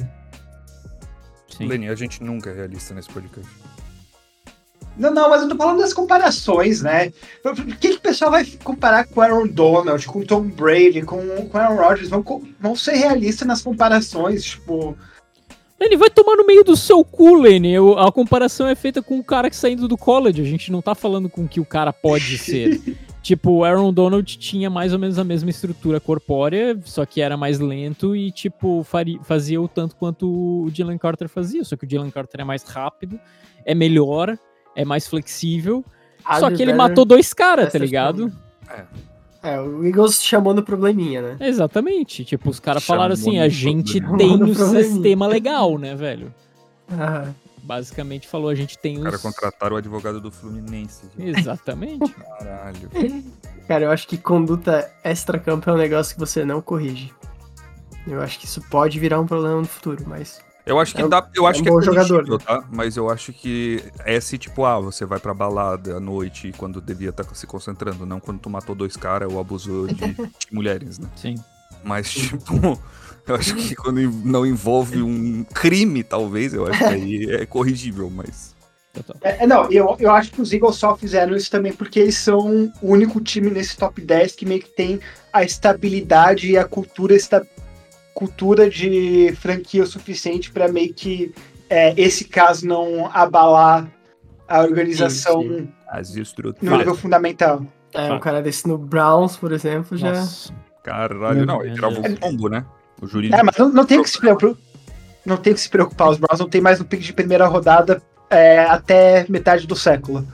Sim. Lenny, a gente nunca é realista nesse podcast. Não, não, mas eu tô falando das comparações, né? Por que, que o pessoal vai comparar com o Aaron Donald, com o Tom Brady, com o Aaron Rodgers? Vão, vão ser realistas nas comparações, tipo... Lenny, vai tomar no meio do seu cu, Lenny. Eu, a comparação é feita com o cara que saindo do college. A gente não tá falando com o que o cara pode ser. Tipo, o Aaron Donald tinha mais ou menos a mesma estrutura corpórea, só que era mais lento e, tipo, faria, fazia o tanto quanto o Jalen Carter fazia. Só que o Jalen Carter é mais rápido, é melhor, é mais flexível. Ah, só que ele better. matou dois caras, tá Essa ligado? É. É, o Eagles chamou no probleminha, né? Exatamente. Tipo, os caras Chamou falaram assim, no a gente probleminha. tem Chamou no um probleminha. sistema legal, né, velho? Ah, Basicamente falou, a gente tem Os os... caras contrataram o advogado do Fluminense. gente. Exatamente. Caralho. cara, eu acho que conduta extra-campo é um negócio que você não corrige. Eu acho que isso pode virar um problema no futuro, mas... Eu acho que É um- dá, eu acho é um que é bom jogador, corrigível, tá? Mas eu acho que é se, tipo, ah, você vai pra balada à noite quando devia estar se concentrando, não quando tu matou dois caras ou abusou de, de mulheres, né? Sim. Mas, tipo, eu acho que quando não envolve um crime, talvez, eu acho que aí é corrigível, mas... Total. É, não, eu, eu acho que os Eagles só fizeram isso também porque eles são o único time nesse top dez que meio que tem a estabilidade e a cultura, esta, cultura de franquia o suficiente para meio que é, esse caso não abalar a organização Sim, sim. As no estruturas... nível fundamental. É, um cara desse no Browns, por exemplo, já... Nossa. Caralho, não, ele Meu travou Deus. o combo, né? O jurídico... É, mas não, não tem que se preocupar. Não tem que se preocupar, os Browns não tem mais um pick de primeira rodada é, até metade do século.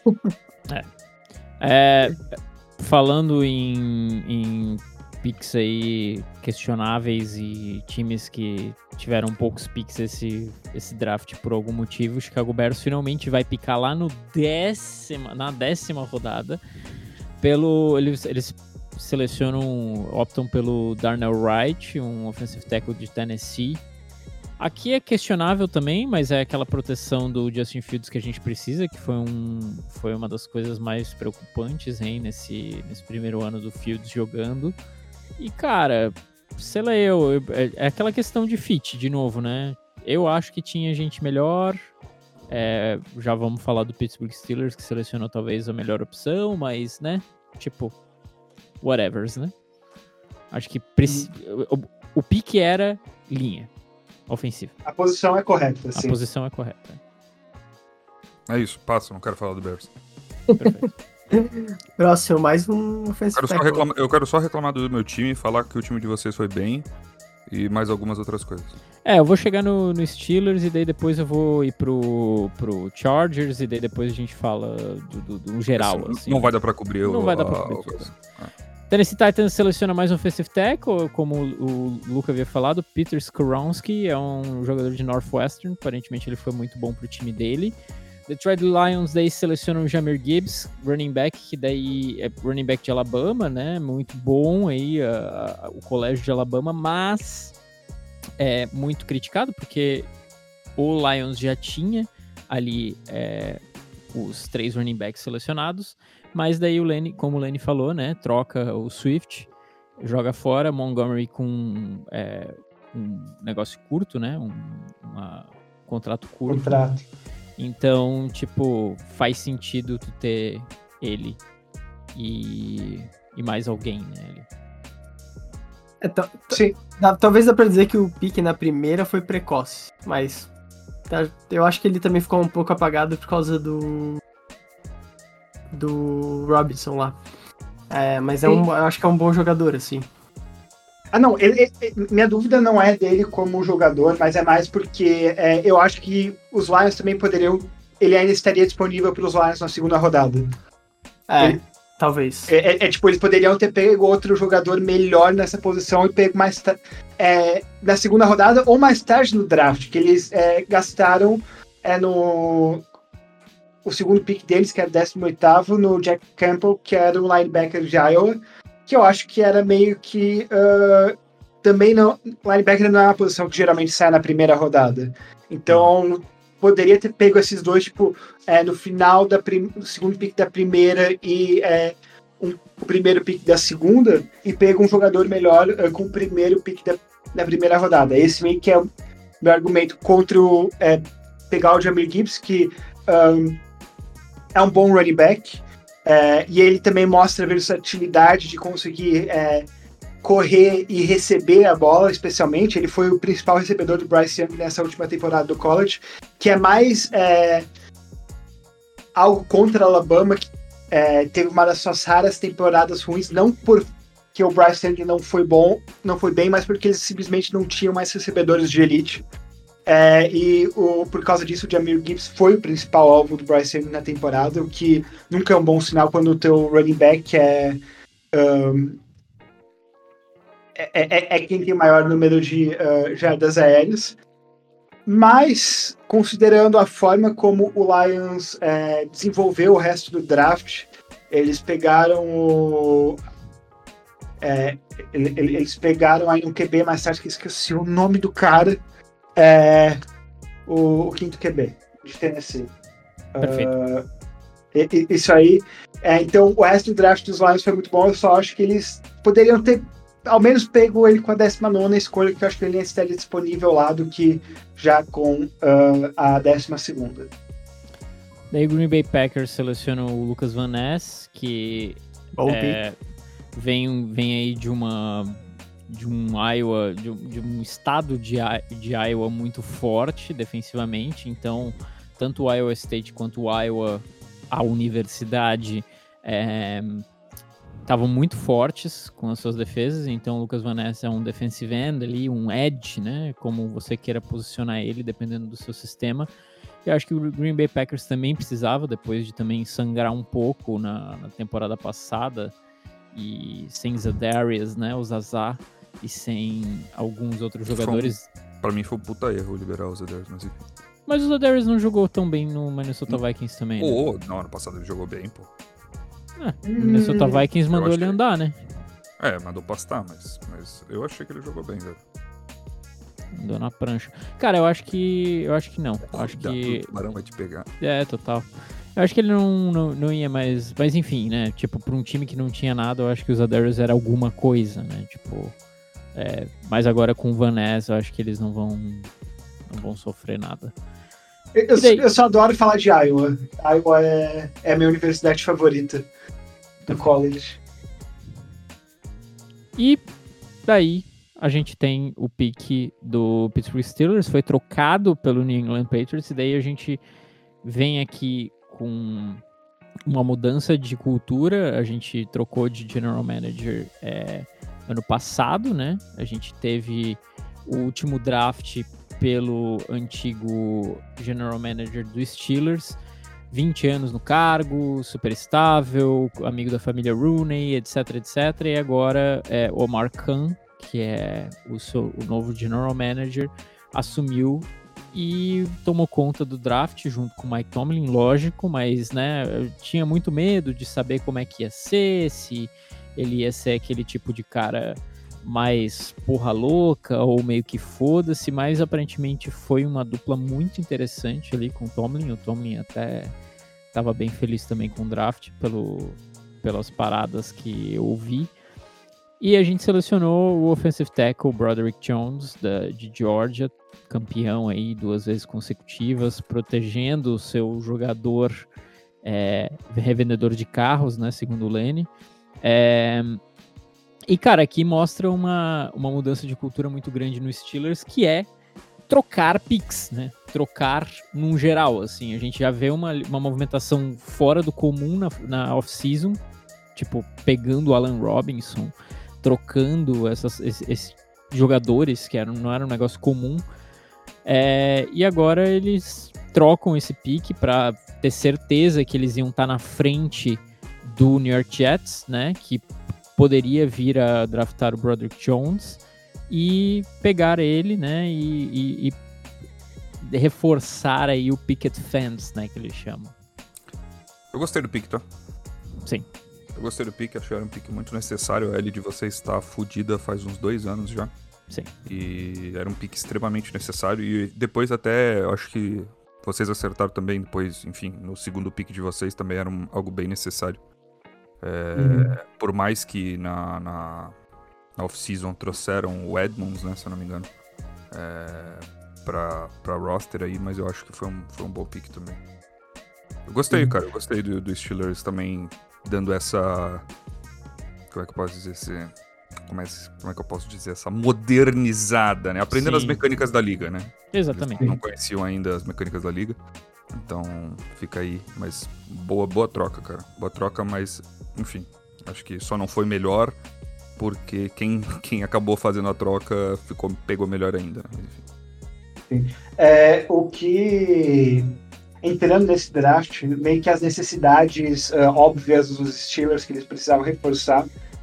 É, falando em, em picks aí questionáveis e times que tiveram poucos picks esse, esse draft por algum motivo, o Chicago Bears finalmente vai picar lá no décima, na décima rodada. Pelo, eles, eles selecionam, optam pelo Darnell Wright, um offensive tackle de Tennessee. Aqui é questionável também, mas é aquela proteção do Justin Fields que a gente precisa, que foi, um, foi uma das coisas mais preocupantes, hein, nesse, nesse primeiro ano do Fields jogando. E, cara, sei lá, eu, eu, é, é aquela questão de fit, de novo, né? Eu acho que tinha gente melhor. É, já vamos falar do Pittsburgh Steelers, que selecionou talvez a melhor opção, mas, né? Tipo, whatevers, né? Acho que preci- o, o pique era linha ofensiva. A posição é correta, A sim. posição é correta. É isso, passa, não quero falar do Bears. Perfeito. Próximo, mais um Eu offensive quero, só tackle. reclamar, eu quero só reclamar do meu time, falar que o time de vocês foi bem e mais algumas outras coisas. É, eu vou chegar no, no Steelers e daí depois eu vou ir pro, pro Chargers e daí depois a gente fala do, do, do geral, Assim, assim. não vai dar pra cobrir Não o, vai dar pra a- cobrir a tudo. coisa. Tennessee Titans seleciona mais um offensive tackle, como o, o Luca havia falado, Peter Skoronski é um jogador de Northwestern, aparentemente ele foi muito bom pro time dele. Detroit Lions daí selecionam o Jahmyr Gibbs, running back, que daí é running back de Alabama, né, muito bom aí a, a, o colégio de Alabama, mas é muito criticado porque o Lions já tinha ali é, os três running backs selecionados, mas daí o Lenny, como o Lenny falou, né, troca o Swift, joga fora, Montgomery com é, um negócio curto, né? Um uma, contrato curto. Contrato. Então, tipo, faz sentido tu ter ele e, e mais alguém, né? Ele. É, t- t- Sim. dá- talvez dá pra dizer que o pique na primeira foi precoce, mas tá, eu acho que ele também ficou um pouco apagado por causa do do Robinson lá. É, mas é um, eu acho que é um bom jogador, assim. Ah, não, ele, ele- minha dúvida não é dele como jogador, mas é mais porque é, eu acho que os Lions também poderiam. Ele ainda estaria disponível para os Lions na segunda rodada. É, Ele- talvez. É, é- é tipo, eles poderiam ter pego outro jogador melhor nessa posição e pego mais ta- é, na segunda rodada ou mais tarde no draft, que eles é, gastaram é, no. O segundo pick deles, que era décimo oitavo, no Jack Campbell, que era um linebacker de Iowa, que eu acho que era meio que. Uh, também não. Linebacker não é uma posição que geralmente sai na primeira rodada. Então, poderia ter pego esses dois, tipo, é, no final da prim- do segundo pick da primeira e é, um, o primeiro pick da segunda, e pego um jogador melhor uh, com o primeiro pick da, da primeira rodada. Esse meio que é o meu argumento contra o, é, pegar o Jahmyr Gibbs, que. Um, é um bom running back, é, e ele também mostra a versatilidade de conseguir é, correr e receber a bola, especialmente. Ele foi o principal recebedor do Bryce Young nessa última temporada do college, que é mais é, algo contra a Alabama, que é, teve uma das suas raras temporadas ruins, não porque o Bryce Young não foi bom, não foi bem, mas porque eles simplesmente não tinham mais recebedores de elite. É, e o, por causa disso, o Jahmyr Gibbs foi o principal alvo do Bryce Young na temporada, o que nunca é um bom sinal quando o teu running back é, um, é, é, é quem tem maior número de uh, jardas aéreas. Mas, considerando a forma como o Lions é, desenvolveu o resto do draft, eles pegaram o... É, eles pegaram aí um Q B mais tarde, que esqueci o nome do cara. É, o, o quinto Q B de Tennessee. Perfeito. Uh, e, e, isso aí. É, então, o resto do draft dos Lions foi muito bom. Eu só acho que eles poderiam ter, ao menos, pego ele com a décima nona escolha, que eu acho que ele estaria disponível lá do que já com uh, a décima segunda. Daí o Green Bay Packers seleciona o Lucas Van Ness, que Bom é, vem, vem aí de uma... de um Iowa, de um, de um estado de, de Iowa muito forte defensivamente, então tanto o Iowa State quanto o Iowa, a universidade, estavam é, muito fortes com as suas defesas, então o Lucas Van Ness é um defensive end ali, um edge, né, como você queira posicionar ele, dependendo do seu sistema. Eu acho que o Green Bay Packers também precisava, depois de também sangrar um pouco na, na temporada passada, e sem Za'Darius, né, o Zaza, e sem alguns outros jogadores. Foi um, pra mim foi um puta erro liberar o Za'Darius, mas enfim. Mas o Za'Darius não jogou tão bem no Minnesota hum. Vikings também, né? Oh, não, ano passado ele jogou bem, pô. Ah, o Minnesota hum, Vikings mandou ele andar, que... né? É, mandou pastar, mas, mas eu achei que ele jogou bem, velho. Andou na prancha. Cara, eu acho que... Eu acho que não. Eu acho que... O tubarão vai te pegar. É, total. Eu acho que ele não, não, não ia mais... Mas enfim, né? Tipo, pra um time que não tinha nada, eu acho que o Za'Darius era alguma coisa, né? Tipo... É, mas agora com o Van Ness, eu acho que eles não vão, não vão sofrer nada. Eu, eu só adoro falar de Iowa. Iowa é, é a minha universidade favorita do college. E daí a gente tem o pick do Pittsburgh Steelers, foi trocado pelo New England Patriots, e daí a gente vem aqui com uma mudança de cultura. A gente trocou de general manager é, ano passado, né? A gente teve o último draft pelo antigo general manager do Steelers, vinte anos no cargo, super estável, amigo da família Rooney, etc, etc. E agora é, Omar Khan, que é o, seu, o novo general manager, assumiu e tomou conta do draft junto com o Mike Tomlin, lógico, mas né, eu tinha muito medo de saber como é que ia ser, se ele ia ser aquele tipo de cara mais porra louca ou meio que foda-se, mas aparentemente foi uma dupla muito interessante ali com o Tomlin. O Tomlin até estava bem feliz também com o draft pelo, pelas paradas que eu ouvi. E a gente selecionou o offensive tackle Broderick Jones, da, de Georgia, campeão aí duas vezes consecutivas, protegendo o seu jogador é, revendedor de carros, né, segundo o Lenny. É, e, cara, aqui mostra uma, uma mudança de cultura muito grande no Steelers, que é trocar picks, né? Trocar num geral, assim. A gente já vê uma, uma movimentação fora do comum na, na off-season, tipo, pegando o Allen Robinson, trocando essas, esses, esses jogadores que eram, não era um negócio comum. É, e agora eles trocam esse pick para ter certeza que eles iam estar na frente do New York Jets, né? Que poderia vir a draftar o Broderick Jones e pegar ele, né? E, e, e reforçar aí o picket fence, né? Que eles chamam. Eu gostei do pick, tá? Sim. Eu gostei do pick, achei que era um pick muito necessário. A L de vocês está fodida faz uns dois anos já. Sim. E era um pick extremamente necessário. E depois até, eu acho que vocês acertaram também. Depois, enfim, no segundo pick de vocês também era um, algo bem necessário. É, uhum. Por mais que na, na, na off-season trouxeram o Edmonds, né, se eu não me engano, é, pra, pra roster aí, mas eu acho que foi um, foi um bom pick também. Eu gostei, uhum. cara, eu gostei do, do Steelers também dando essa... Como é que eu posso dizer? Esse, como, é, como é que eu posso dizer? Essa modernizada, né? Aprendendo Sim. as mecânicas da liga, né? Exatamente. Eles não conheciam ainda as mecânicas da liga. Então, fica aí. Mas boa, boa troca, cara. Boa troca, mas, enfim. Acho que só não foi melhor porque quem, quem acabou fazendo a troca ficou, pegou melhor ainda. Né? Sim. É, o que... Entrando nesse draft, meio que as necessidades uh, óbvias dos Steelers que eles precisavam reforçar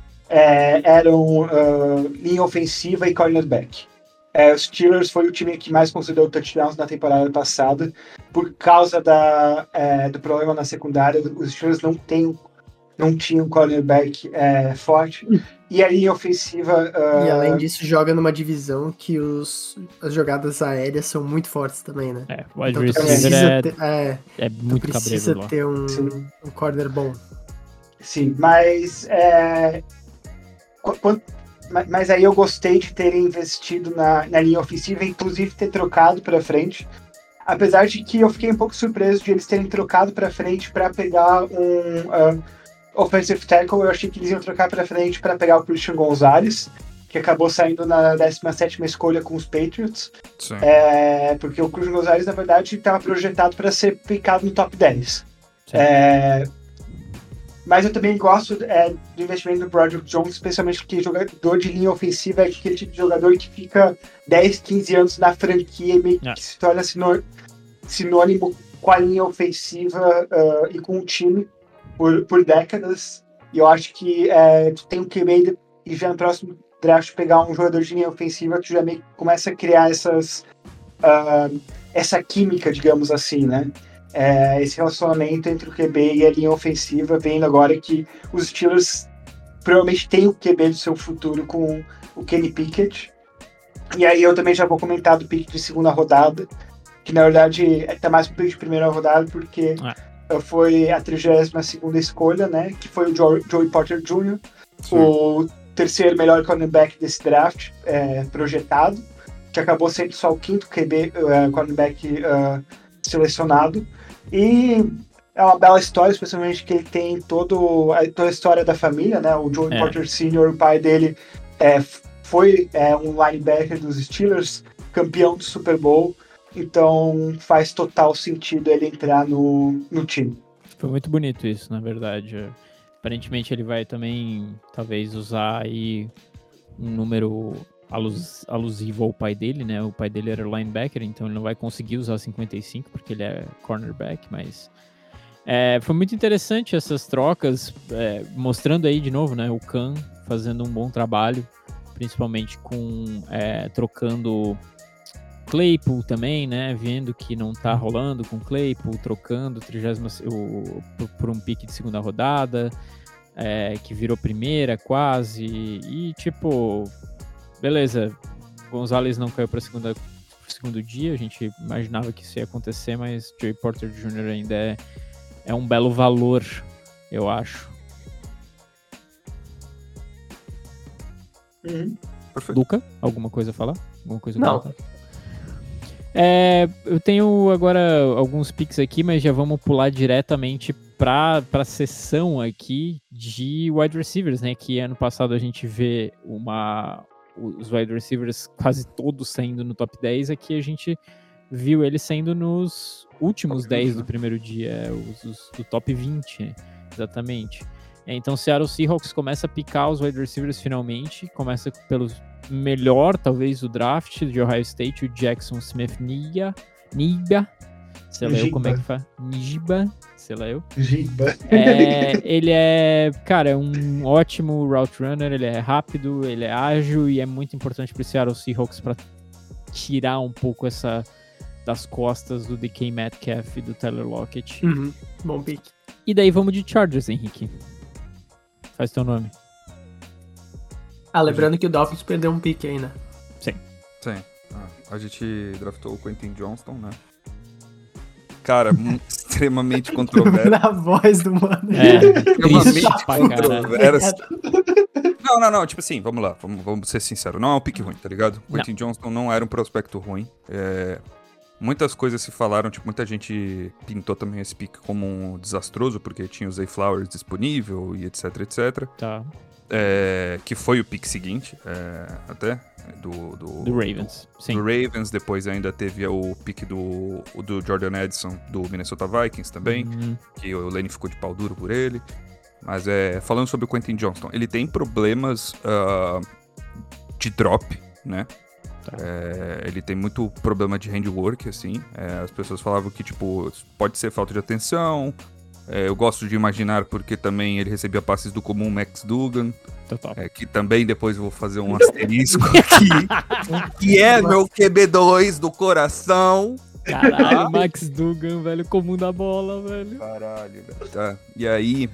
é, eram uh, linha ofensiva e cornerback. É, os Steelers foi o time que mais concedeu touchdowns na temporada passada. Por causa da, é, do problema na secundária, os Steelers não, tem, não tinham um cornerback é, forte. E a linha ofensiva... Uh... E além disso, joga numa divisão que os, as jogadas aéreas são muito fortes também, né? É, o wide então, receiver é, ter, é, é muito precisa cabreiro ter um, um corner bom. Sim, mas... É, quando, mas aí eu gostei de terem investido na, na linha ofensiva, inclusive ter trocado para frente. Apesar de que eu fiquei um pouco surpreso de eles terem trocado para frente para pegar um... Uh, offensive tackle, eu achei que eles iam trocar para frente para pegar o Christian Gonzalez, que acabou saindo na décima sétima escolha com os Patriots. Sim. É, porque o Christian Gonzalez, na verdade, estava projetado para ser picado no top dez. É, mas eu também gosto é, do investimento do Broderick Jones, especialmente porque jogador de linha ofensiva é aquele tipo de jogador que fica dez, quinze anos na franquia e meio que se torna sinônimo com a linha ofensiva uh, e com o time Por, por décadas, e eu acho que é, tu tem um Q B e já no próximo draft pegar um jogador de linha ofensiva, tu já meio que começa a criar essas, uh, essa química, digamos assim, né? É, esse relacionamento entre o Q B e a linha ofensiva, vendo agora que os Steelers provavelmente têm o Q B do seu futuro com o Kenny Pickett. E aí eu também já vou comentar do pick de segunda rodada, que na verdade tá mais pro pick de primeira rodada, porque... Ah. Foi a trigésima segunda escolha, né? Que foi o Joey, Joey Porter Júnior Sim. O terceiro melhor cornerback desse draft é, projetado, que acabou sendo só o quinto Q B uh, cornerback uh, selecionado. E é uma bela história, especialmente que ele tem todo, a, toda a história da família, né? O Joey é. Porter Sênior, o pai dele, é, foi é, um linebacker dos Steelers, campeão do Super Bowl. Então faz total sentido ele entrar no, no time. Foi muito bonito isso, na verdade. Aparentemente ele vai também, talvez, usar aí um número alus, alusivo ao pai dele, né? O pai dele era linebacker, então ele não vai conseguir usar cinquenta e cinco, porque ele é cornerback, mas... É, foi muito interessante essas trocas, é, mostrando aí de novo, né? O Khan fazendo um bom trabalho, principalmente com é, trocando... Claypool também, né, vendo que não tá rolando com Claypool, trocando trigésima, o, por, por um pique de segunda rodada, é, que virou primeira quase, e tipo, beleza, Gonzalez não caiu para segunda segundo dia, a gente imaginava que isso ia acontecer, mas Joey Porter Júnior ainda é, é um belo valor, eu acho. Uhum. Perfeito. Luca, alguma coisa a falar? Alguma coisa a Não. comentar? É, eu tenho agora alguns picks aqui, mas já vamos pular diretamente para a sessão aqui de wide receivers, né? Que ano passado a gente vê uma, os wide receivers quase todos saindo no top dez, aqui a gente viu eles saindo nos últimos Top vinte, dez do né? primeiro dia, os, os do top vinte, né? Exatamente. É, então, Seattle Seahawks começa a picar os wide receivers finalmente, começa pelo melhor, talvez, o draft de Ohio State, o Jackson Smith-Njigba, Njigba, sei lá eu como é que fala, Njigba, sei lá eu. Giba. É, ele é, cara, é um ótimo route runner, ele é rápido, ele é ágil e é muito importante para o Seattle Seahawks para tirar um pouco essa das costas do D K Metcalf e do Tyler Lockett. Uhum. Bom pick. E daí vamos de Chargers, Henrique. Faz teu nome. Ah, lembrando que o Dolphins perdeu um pick aí, né? Sim. Sim. Ah, a gente draftou o Quentin Johnston, né? Cara, mu- extremamente controverso. Na voz do mano. É, Extremamente triste pra caralho. controverso. Não, não, não, tipo assim, vamos lá, vamos, vamos ser sinceros. Não é um pick ruim, tá ligado? O Quentin Johnston não era um prospecto ruim. É, muitas coisas se falaram, tipo, muita gente pintou também esse pick como um desastroso, porque tinha o Zay Flowers disponível e etc, etc. Tá. É, que foi o pick seguinte, é, até, do... Do, Do Ravens, do, sim. do Ravens, depois ainda teve o pick do, o do Jordan Edson, do Minnesota Vikings também, Hum, que o Lane ficou de pau duro por ele. Mas é, falando sobre o Quentin Johnston, ele tem problemas uh, de drop, né? Tá. É, ele tem muito problema de handwork, assim. É, as pessoas falavam que, tipo, pode ser falta de atenção. É, eu gosto de imaginar porque também ele recebia passes do comum Max Duggan, total. é, que também depois eu vou fazer um asterisco aqui, que é meu Q B dois do coração. Caralho, Max Duggan, velho, comum da bola, velho. Caralho, velho. Tá. E aí...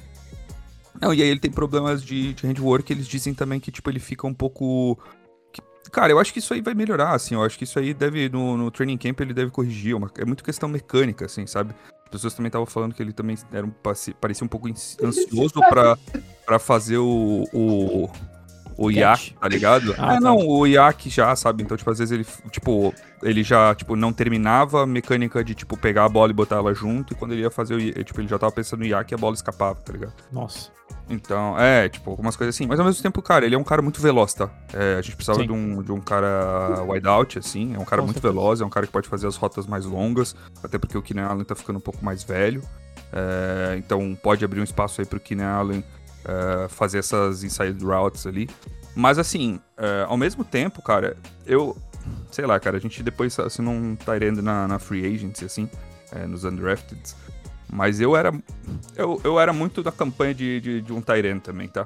Não, e aí ele tem problemas de, de handwork, eles dizem também que, tipo, ele fica um pouco... que- Cara, eu acho que isso aí vai melhorar, assim, eu acho que isso aí deve, no, no training camp, ele deve corrigir, é uma- é muito questão mecânica, assim, sabe? As pessoas também estavam falando que ele também era um, passe- parecia um pouco ansi- ansioso pra, pra fazer o... o... O I A, Catch. tá ligado? Ah, é, tá. não, o I A que já, sabe? Então, tipo, às vezes ele, tipo, ele já, tipo, não terminava a mecânica de, tipo, pegar a bola e botar ela junto, e quando ele ia fazer o I A, tipo, ele já tava pensando no I A que a bola escapava, tá ligado? Nossa. Então, é, tipo, algumas coisas assim. Mas ao mesmo tempo, cara, ele é um cara muito veloz, tá? É, a gente precisava Sim. de um, de um cara wideout, assim. É um cara Com muito certeza. veloz, é um cara que pode fazer as rotas mais longas. Até porque o Keenan Allen tá ficando um pouco mais velho. É, então pode abrir um espaço aí pro Keenan Allen é, fazer essas inside routes ali. Mas assim, é, ao mesmo tempo, cara, eu... Sei lá, cara, a gente depois assinou um tight end na, na free agency, assim, é, nos undrafted. Mas eu era eu, eu era muito da campanha de, de, de um tight end também, tá?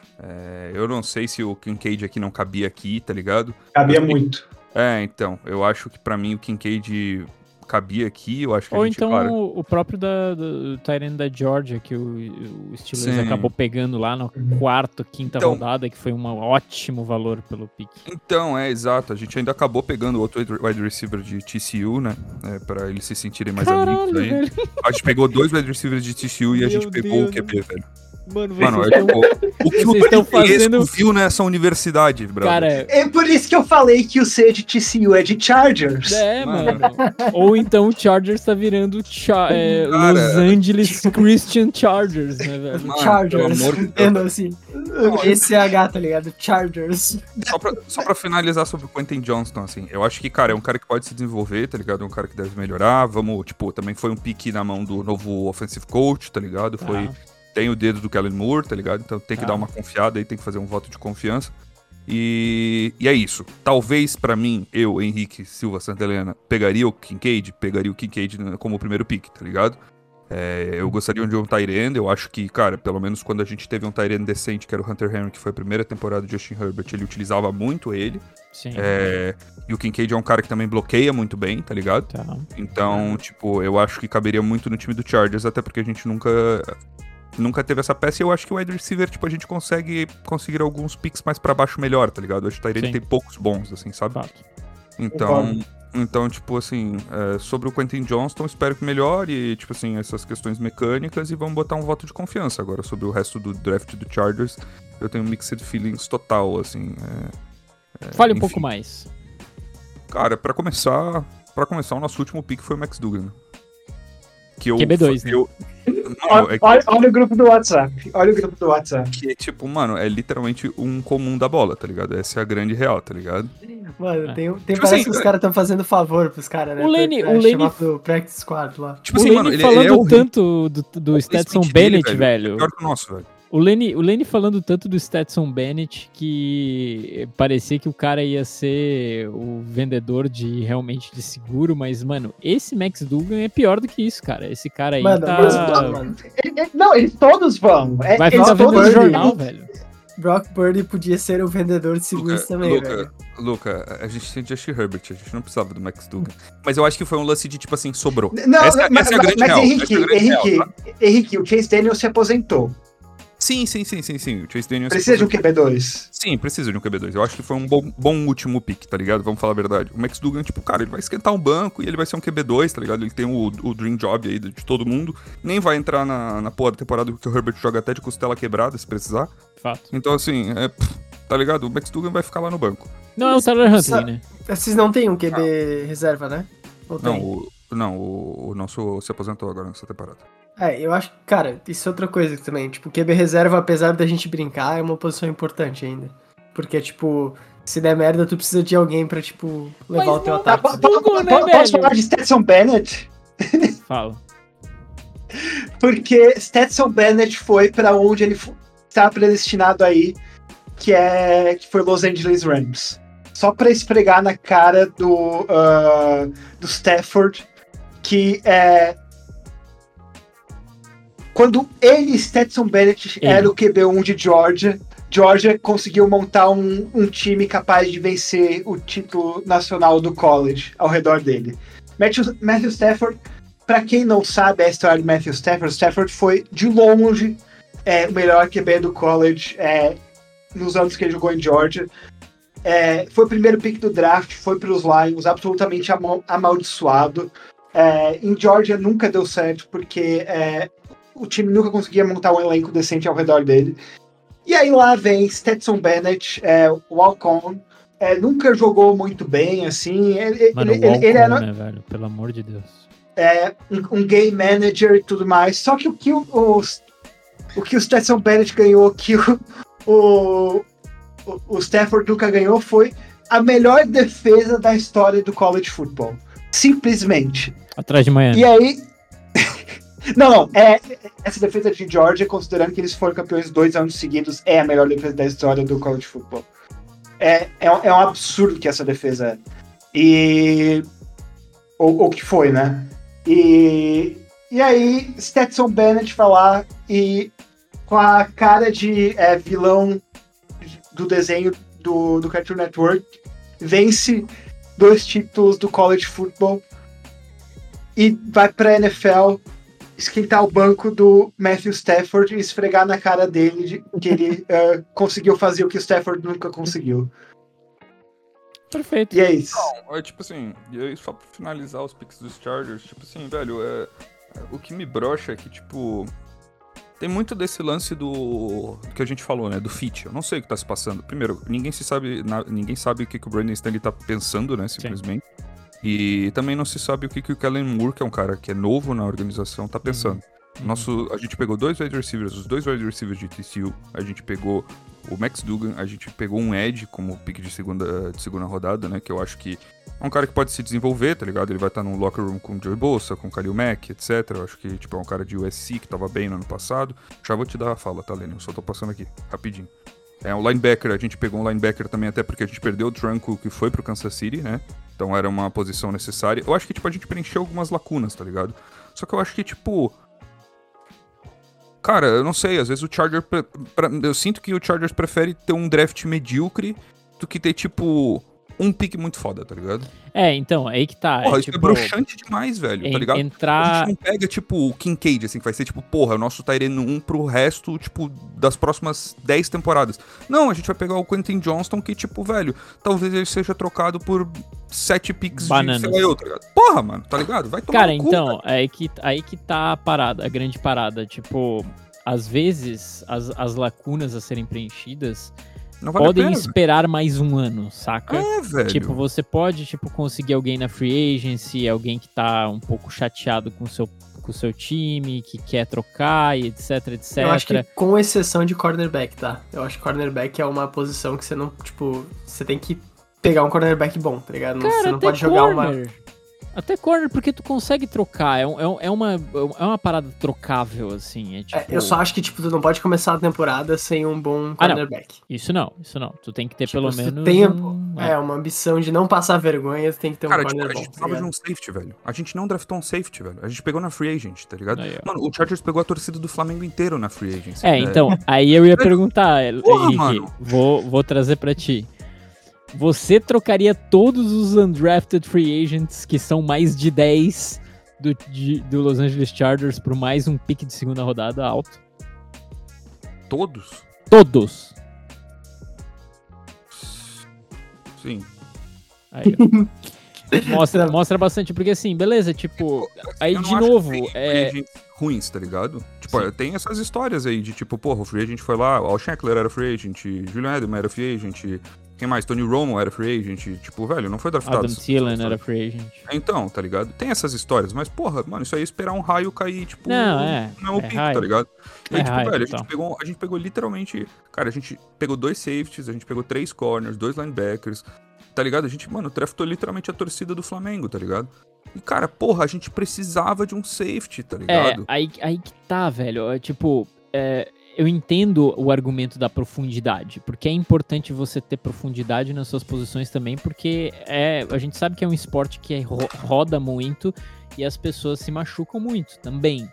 É, eu não sei se o Kincaid aqui não cabia aqui, tá ligado? Cabia Eu sei- muito. É, então, eu acho que pra mim o Kincaid cabia aqui, eu acho que Ou a gente, então claro... o, o próprio da, do Tyrant da Georgia, que o, o Steelers Sim. acabou pegando lá na quarta, quinta Então- rodada, que foi um ótimo valor pelo pick. Então, é, exato. A gente ainda acabou pegando outro wide receiver de T C U, né? É, pra eles se sentirem mais Caralho, amigos aí. velho. A gente pegou dois wide receivers de T C U e a Meu gente pegou Deus, o Q B, velho. Mano, Mano, vocês é, estão... tipo, o que o vocês estão Tony Tedesco fazendo- viu nessa universidade, brother. Cara, É por isso que eu falei que o C de T C U é de Chargers. é, Mano. mano. Ou então o Chargers tá virando Cha- é, Cara. Los Angeles Christian Chargers, né, velho? Mano, Chargers. pelo amor de Deus. Vendo assim. Esse é H, tá ligado? Chargers. Só pra, só pra finalizar sobre o Quentin Johnston, assim, eu acho que, cara, é um cara que pode se desenvolver, tá ligado? É um cara que deve melhorar. Vamos, tipo, também foi um pique na mão do novo offensive coach, tá ligado? Foi, tem o dedo do Kellen Moore, tá ligado? Então tem que Tá. dar uma confiada aí, tem que fazer um voto de confiança. E, e é isso. Talvez pra mim, eu, Henrique Silva Santelena, pegaria o Kincaid, pegaria o Kincaid como o primeiro pick, tá ligado? É, eu gostaria de um tight end, eu acho que, cara, pelo menos quando a gente teve um tight end decente, que era o Hunter Henry, que foi a primeira temporada do Justin Herbert, ele utilizava muito ele. Sim. É, e o Kincaid é um cara que também bloqueia muito bem, tá ligado? Tá. Então, tipo, eu acho que caberia muito no time do Chargers, até porque a gente nunca nunca teve essa peça, e eu acho que o wide receiver, tipo, a gente consegue conseguir alguns picks mais pra baixo melhor, tá ligado? Eu acho que o Tyrene Sim. tem poucos bons, assim, sabe? Fato. Então, Concordo. Então, tipo assim, é, sobre o Quentin Johnston, espero que melhore, tipo assim, essas questões mecânicas e vamos botar um voto de confiança. Agora, sobre o resto do draft do Chargers, eu tenho mixed feelings total, assim. É, é, Fale um enfim. pouco mais. Cara, pra começar, pra começar, o nosso último pick foi o Max Duggan. Que eu, Q B dois, né? eu, não, Olha, é que, olha, olha o grupo do WhatsApp. Olha o grupo do WhatsApp. que é tipo, mano, é literalmente um comum da bola, tá ligado? Essa é a grande real, tá ligado? Mano, É. tem, tem Tipo parece assim, que os caras estão fazendo favor pros caras, né? O Lane- pra, pra o Lane- chamar pro practice squad lá. Tipo o assim, Lane mano, ele, falando ele é horrível. tanto do, do O Stetson placement dele, Bennett, velho. É pior que o nosso, velho. O Lane, o Lane falando tanto do Stetson Bennett que parecia que o cara ia ser o vendedor de realmente de seguro, mas, mano, esse Max Duggan é pior do que isso, cara. Esse cara aí Mano, tá... mas, mano, Ele- ele- Não, eles todos vão. É, vai eles ficar vendendo todos no Purdy. jornal, velho. Brock Purdy podia ser o vendedor de seguros Luca, também, Luca, velho. Luca, a gente tem Justin Herbert, a gente não precisava do Max Duggan. Mas eu acho que foi um lance de, tipo assim, sobrou. Não, essa, mas, essa é a mas- grande mas real. Henrique, essa é a grande Henrique, real, tá? Henrique, o Chase Daniel se aposentou. Sim, sim, sim, sim, sim. O Chase Daniel... Precisa de um Q B dois. Sim, precisa de um Q B dois. Eu acho que foi um bom, bom último pick, tá ligado? Vamos falar a verdade. O Max Duggan, tipo, cara, ele vai esquentar um banco e ele vai ser um Q B dois, tá ligado? Ele tem o, o dream job aí de todo mundo. Nem vai entrar na, na porra da temporada que o Herbert joga até de costela quebrada, se precisar. Fato. Então, assim, é, pff, tá ligado? O Max Duggan vai ficar lá no banco. Não é o Tyler Huntley, Sa- né? Vocês não tem um Q B reserva, né? Ou Não, tem? o, não o, o nosso se aposentou agora nessa temporada. É, eu acho que, cara, isso é outra coisa também. Tipo, Q B reserva, apesar da gente brincar, é uma posição importante ainda. Porque, tipo, se der merda, tu precisa de alguém pra, tipo, levar Mas o teu não- ataque. Po- po- Duggan, né, po- Posso velho? falar de Stetson Bennett? Fala. Porque Stetson Bennett foi pra onde ele fu- está predestinado aí, que é que foi Los Angeles Rams. Só pra esfregar na cara do, ah, do Stafford, que é quando ele, Stetson Bennett, Ele. era o Q B um de Georgia, Georgia conseguiu montar um, um time capaz de vencer o título nacional do college ao redor dele. Matthew, Matthew Stafford, pra quem não sabe a história de Matthew Stafford, Stafford foi de longe é, o melhor Q B do college é, nos anos que ele jogou em Georgia. É, foi o primeiro pick do draft, foi para os Lions, absolutamente ama- amaldiçoado. É, em Georgia nunca deu certo, porque é, o time nunca conseguia montar um elenco decente ao redor dele. E aí lá vem Stetson Bennett, é, o walk-on, é, nunca jogou muito bem, assim. Ele, Mano, ele, o ele, ele era né, velho? Pelo amor de Deus. é, um, um game manager e tudo mais. Só que o que o, o, o que o Stetson Bennett ganhou, que o, o, o Stafford nunca ganhou, foi a melhor defesa da história do college football. Simplesmente. Atrás de Miami. E aí. Não, não. É, essa defesa de Georgia, considerando que eles foram campeões dois anos seguidos, é a melhor defesa da história do college football. É, é, um- é um absurdo que essa defesa é. E. Ou, ou que foi, né? E. E aí, Stetson Bennett vai lá e, com a cara de é, vilão do desenho do, do Cartoon Network, vence dois títulos do college football e vai pra N F L esquentar o banco do Matthew Stafford e esfregar na cara dele de, que ele eh, conseguiu fazer o que o Stafford nunca conseguiu. Perfeito. E é isso. É tipo assim, e aí só pra finalizar os picks dos Chargers, tipo assim, velho, é, é, o que me brocha é que, tipo, tem muito desse lance do que a gente falou, né, do fit. Eu não sei o que tá se passando. Primeiro, ninguém se sabe, na- ninguém sabe o que, que o Brandon Staley tá pensando, né, simplesmente. E também não se sabe o que, que o Kellen Moore, que é um cara que é novo na organização, tá pensando. Nosso, a gente pegou dois wide receivers, os dois wide receivers de T C U, a gente pegou o Max Duggan, a gente pegou um Edge como pick de segunda, de segunda rodada, né, que eu acho que é um cara que pode se desenvolver, tá ligado? Ele vai estar num locker room com o Joey Bosa, com o Khalil Mack, etcétera. Eu acho que, tipo, é um cara de U S C que tava bem no ano passado. Já vou te dar a fala, tá, Lenny? Eu só tô passando aqui, rapidinho. É, o linebacker, a gente pegou um linebacker também, até porque a gente perdeu o Trunco, que foi pro Kansas City, né? Então era uma posição necessária. Eu acho que, tipo, a gente preencheu algumas lacunas, tá ligado? Só que eu acho que, tipo... Cara, eu não sei, às vezes o Chargers... Pre- pra- eu sinto que o Chargers prefere ter um draft medíocre do que ter, tipo... um pique muito foda, tá ligado? É, então, aí que tá. Porra, é, isso tipo, é broxante demais, velho, en- tá ligado? entrar- A gente não pega, tipo, o Kincaid, assim, que vai ser, tipo, porra, o nosso Tyrene um pro resto, tipo, das próximas dez temporadas. Não, a gente vai pegar o Quentin Johnston, que, tipo, velho, talvez ele seja trocado por sete picks Bananas. de sei lá eu, tá ligado? Porra, mano, tá ligado? Vai tomar Cara, no cu, então, velho. aí que, aí que tá a parada, a grande parada. Tipo, às vezes, as, as lacunas a serem preenchidas Não vale podem a pena, esperar mais um ano, saca? velho. É, velho. Tipo, você pode, tipo, conseguir alguém na free agency, alguém que tá um pouco chateado com o seu, com o seu time, que quer trocar e etc, etcétera. Eu acho que com exceção de cornerback, tá? Eu acho que cornerback é uma posição que você não, tipo, você tem que pegar um cornerback bom, tá ligado? Não- Cara, você não até pode jogar uma... corner. Até corner, porque tu consegue trocar. É, um- é um- é uma, é uma parada trocável, assim. É, tipo... É, eu só acho que, tipo, tu não pode começar a temporada sem um bom Ah, não. cornerback. Isso não, isso não. Tu tem que ter Tipo, pelo se tu menos. tem um... é, uma ambição de não passar vergonha, tu tem que ter um Cara, tipo, corner a bom. gente tá precisava de ligado? um safety, velho. A gente não draftou um safety, velho. A gente pegou na free agent, tá ligado? Aí, ó. Mano, o Chargers pegou a torcida do Flamengo inteiro na free agent. É, então, aí eu ia perguntar, Porra, Henrique, mano. vou, vou trazer pra ti. Você trocaria todos os undrafted free agents, que são mais de dez do, de- do Los Angeles Chargers, por mais um pick de segunda rodada alto? Todos? Todos! Sim. Aí, ó. mostra, mostra bastante, porque assim, beleza, tipo, aí Eu não de acho que novo, tem é... free agents ruins, tá ligado? Tipo, Sim. tem essas histórias aí de tipo, porra, o free agent foi lá, o Al Scheckler era free agent, Julian Edelman era free agent, quem mais? Tony Romo era free agent, tipo, velho, não foi draftado. Adam Thielen era free agent. Então, tá ligado? Tem essas histórias, mas, porra, mano, isso aí é esperar um raio cair, tipo, Não, é, não é o é pico, raio. tá ligado? E aí, É tipo, raio, velho, a total. gente, pegou, a gente pegou literalmente, cara, a gente pegou dois safeties, a gente pegou três corners, dois linebackers, tá ligado? A gente, mano, draftou literalmente a torcida do Flamengo, tá ligado? E, cara, porra, a gente precisava de um safety, tá É, ligado? aí, aí que tá, velho. É, tipo, é, eu entendo o argumento da profundidade, porque é importante você ter profundidade nas suas posições também, porque é, a gente sabe que é um esporte que ro- roda muito e as pessoas se machucam muito também.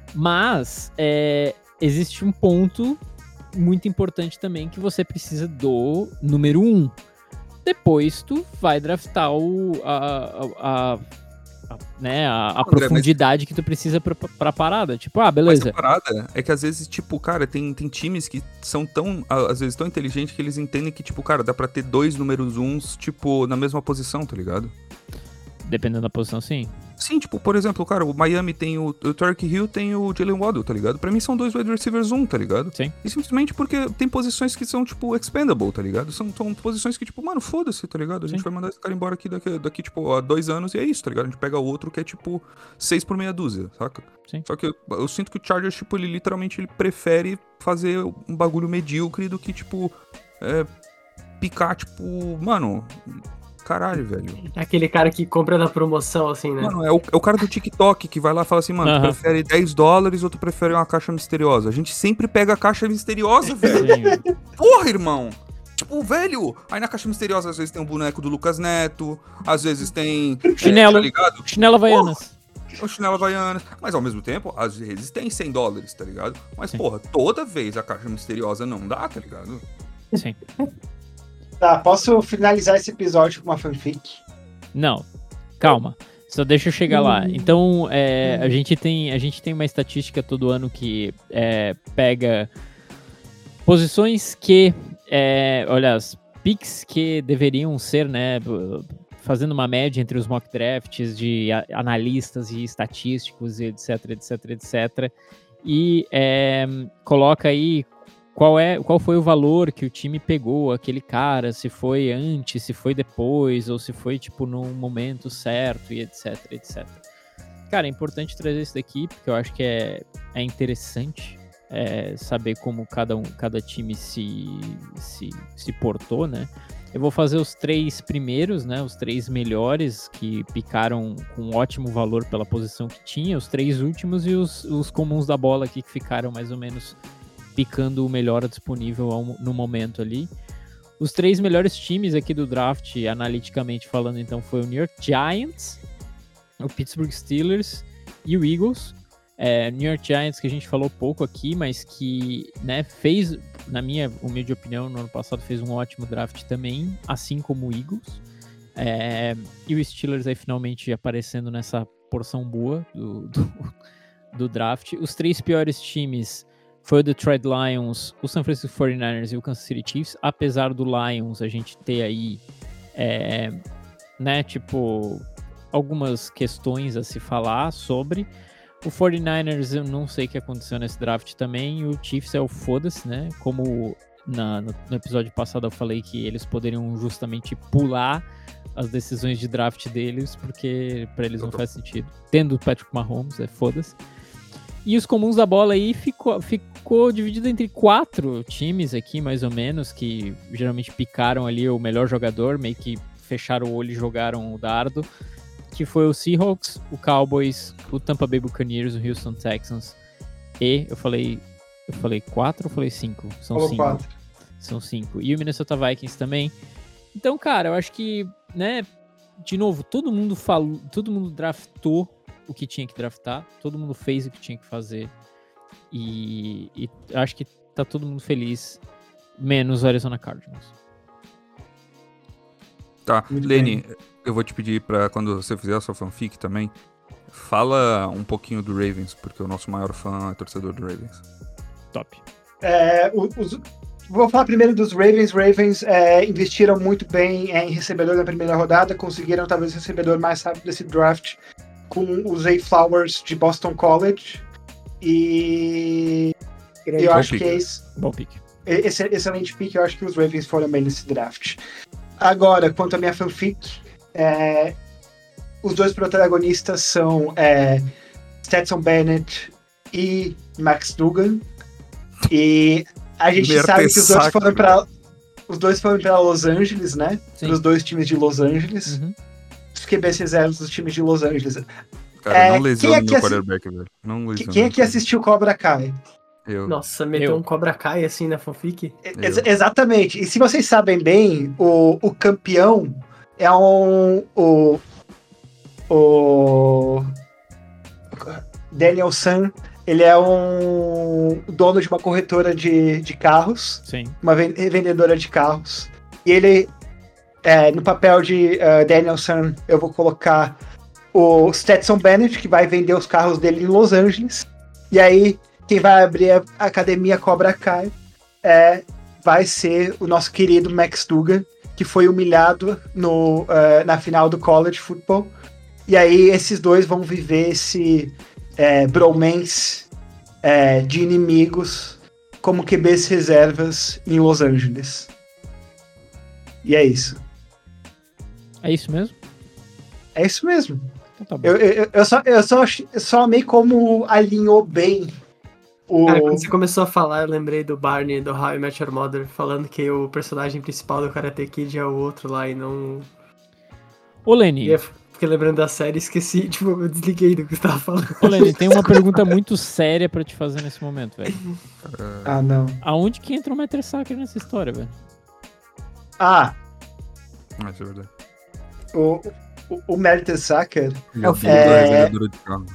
Mas é, existe um ponto muito importante também que você precisa do número um. Depois tu vai draftar o, a, a, a- a- né, a, a André, mas- profundidade que tu precisa pra, pra parada. Tipo, ah, Mas beleza. a parada é que às vezes, tipo, cara, tem, tem times que são tão, a- às vezes, tão inteligentes que eles entendem que, tipo, cara, dá pra ter dois números uns, tipo, na mesma posição, tá ligado? Dependendo da posição, sim. Sim, tipo, por exemplo, cara, o Miami tem o, o Tarek Hill, tem o Jalen Waddle, tá ligado? Pra mim são dois wide receivers um, tá ligado? Sim. E simplesmente porque tem posições que são, tipo, expendable, tá ligado? São, são posições que, tipo, mano, foda-se, tá ligado? A gente Sim. vai mandar esse cara embora aqui daqui, daqui, tipo, há dois anos e é isso, tá ligado? A gente pega outro que é, tipo, seis por meia dúzia, saca? Sim. Só que eu, eu sinto que o Chargers, tipo, ele literalmente ele prefere fazer um bagulho medíocre do que, tipo, é, picar, tipo, mano... Caralho, velho. Aquele cara que compra na promoção, assim, né? Mano, é o, é o cara do TikTok que vai lá e fala assim, mano, tu Aham. prefere dez dólares ou tu prefere uma caixa misteriosa? A gente sempre pega a caixa misteriosa, velho. Sim. Porra, irmão! Tipo, velho, aí na caixa misteriosa às vezes tem um boneco do Lucas Neto, às vezes tem... Chinelo. É, tá ligado? Chinelo Havaianas. O chinelo Havaianas. Mas ao mesmo tempo, às vezes tem cem dólares, tá ligado? Mas, Sim. porra, toda vez a caixa misteriosa não dá, tá ligado? Sim. Tá, posso finalizar esse episódio com uma fanfic? Não, calma. Só deixa eu chegar lá. Então, é, a, gente tem, a gente tem uma estatística todo ano que é, pega posições que, é, olha, as picks que deveriam ser, né, fazendo uma média entre os mock drafts de a- analistas e estatísticos, e etc, etc, etc. E é, coloca aí qual, é, qual foi o valor que o time pegou aquele cara, se foi antes, se foi depois, ou se foi, tipo, no momento certo, e etc, etcétera. Cara, é importante trazer isso daqui, porque eu acho que é, é interessante é, saber como cada, um, cada time se, se, se portou, né? Eu vou fazer os três primeiros, né? Os três melhores que picaram com ótimo valor pela posição que tinha, os três últimos e os, os comuns da bola aqui que ficaram mais ou menos picando o melhor disponível ao- no momento ali. Os três melhores times aqui do draft, analiticamente falando, então, foi o New York Giants, o Pittsburgh Steelers e o Eagles. É, New York Giants, que a gente falou pouco aqui, mas que, né, fez, na minha humilde opinião, no ano passado fez um ótimo draft também, assim como o Eagles. É, e o Steelers aí finalmente aparecendo nessa porção boa do, do, do draft. Os três piores times foi o Detroit Lions, o San Francisco forty-niners e o Kansas City Chiefs. Apesar do Lions a gente ter aí, é, né, tipo, algumas questões a se falar sobre. O forty-niners eu não sei o que aconteceu nesse draft também. E o Chiefs é o foda-se, né? Como na, no, no episódio passado eu falei que eles poderiam justamente pular as decisões de draft deles, porque pra eles não faz sentido. Tendo o Patrick Mahomes, é foda-se. E os comuns da bola aí ficou, ficou dividido entre quatro times aqui, mais ou menos, que geralmente picaram ali o melhor jogador, meio que fecharam o olho e jogaram o dardo, que foi o Seahawks, o Cowboys, o Tampa Bay Buccaneers, o Houston Texans e, eu falei, eu falei quatro ou falei cinco? São Falou cinco. quatro. São cinco. E o Minnesota Vikings também. Então, cara, eu acho que, né, de novo, todo mundo falou, todo mundo draftou o que tinha que draftar, todo mundo fez o que tinha que fazer, e, e acho que tá todo mundo feliz, menos o Arizona Cardinals. Tá, Muito Lene, eu vou te pedir pra, quando você fizer a sua fanfic também, fala um pouquinho do Ravens, porque o nosso maior fã é torcedor do Ravens. Top. É, os, vou falar primeiro dos Ravens. Ravens é, investiram muito bem em recebedor na primeira rodada, conseguiram talvez o recebedor mais rápido desse draft com o Zay Flowers de Boston College. E Grande. eu Bom acho pick. que é esse, Bom pick. esse excelente pick. Eu acho que os Ravens foram bem nesse draft. Agora, quanto à minha fanfic, é, os dois protagonistas são é, Stetson Bennett e Max Duggan. E a gente Merda, sabe que os dois saco, foram para os dois foram para Los Angeles, né? Sim. Os dois times de Los Angeles. Uhum. Os Q Bs reservas dos times de Los Angeles. Cara, É, não lesiona quem é que meu assi- quarterback, velho. Não Que- lesiona. Quem é que assistiu Cobra Kai? Eu. Nossa, meteu Eu. um Cobra Kai assim na fanfic? Ex- exatamente. E se vocês sabem bem, o, o campeão é um. O, o Daniel San, ele é um dono de uma corretora de, de carros, Sim. uma ven- vendedora de carros. E ele, é, no papel de uh, Daniel San, eu vou colocar o Stetson Bennett, que vai vender os carros dele em Los Angeles. E aí, quem vai abrir a academia Cobra Kai é, vai ser o nosso querido Max Duggan, que foi humilhado no, uh, na final do college football. E aí, esses dois vão viver esse é, bromance é, de inimigos como Q Bs reservas em Los Angeles. E é isso. É isso mesmo? É isso mesmo. Então tá bom. Eu, eu, eu, só, eu, só, ach- eu só amei como alinhou bem o. Cara, quando você começou a falar, eu lembrei do Barney do How I Met Your Mother, falando que o personagem principal do Karate Kid é o outro lá e não... Ô, Leni, E eu fiquei lembrando da série e esqueci, tipo, eu desliguei do que você tava falando. ô, Leni, tem uma pergunta muito séria pra te fazer nesse momento, velho. Ah, não. Aonde que entra o Matter Sacker nessa história, velho? Ah, Ah, isso é verdade. o, o, o Mertesacker. Ele É o dono filho. da É. revendedora de carro.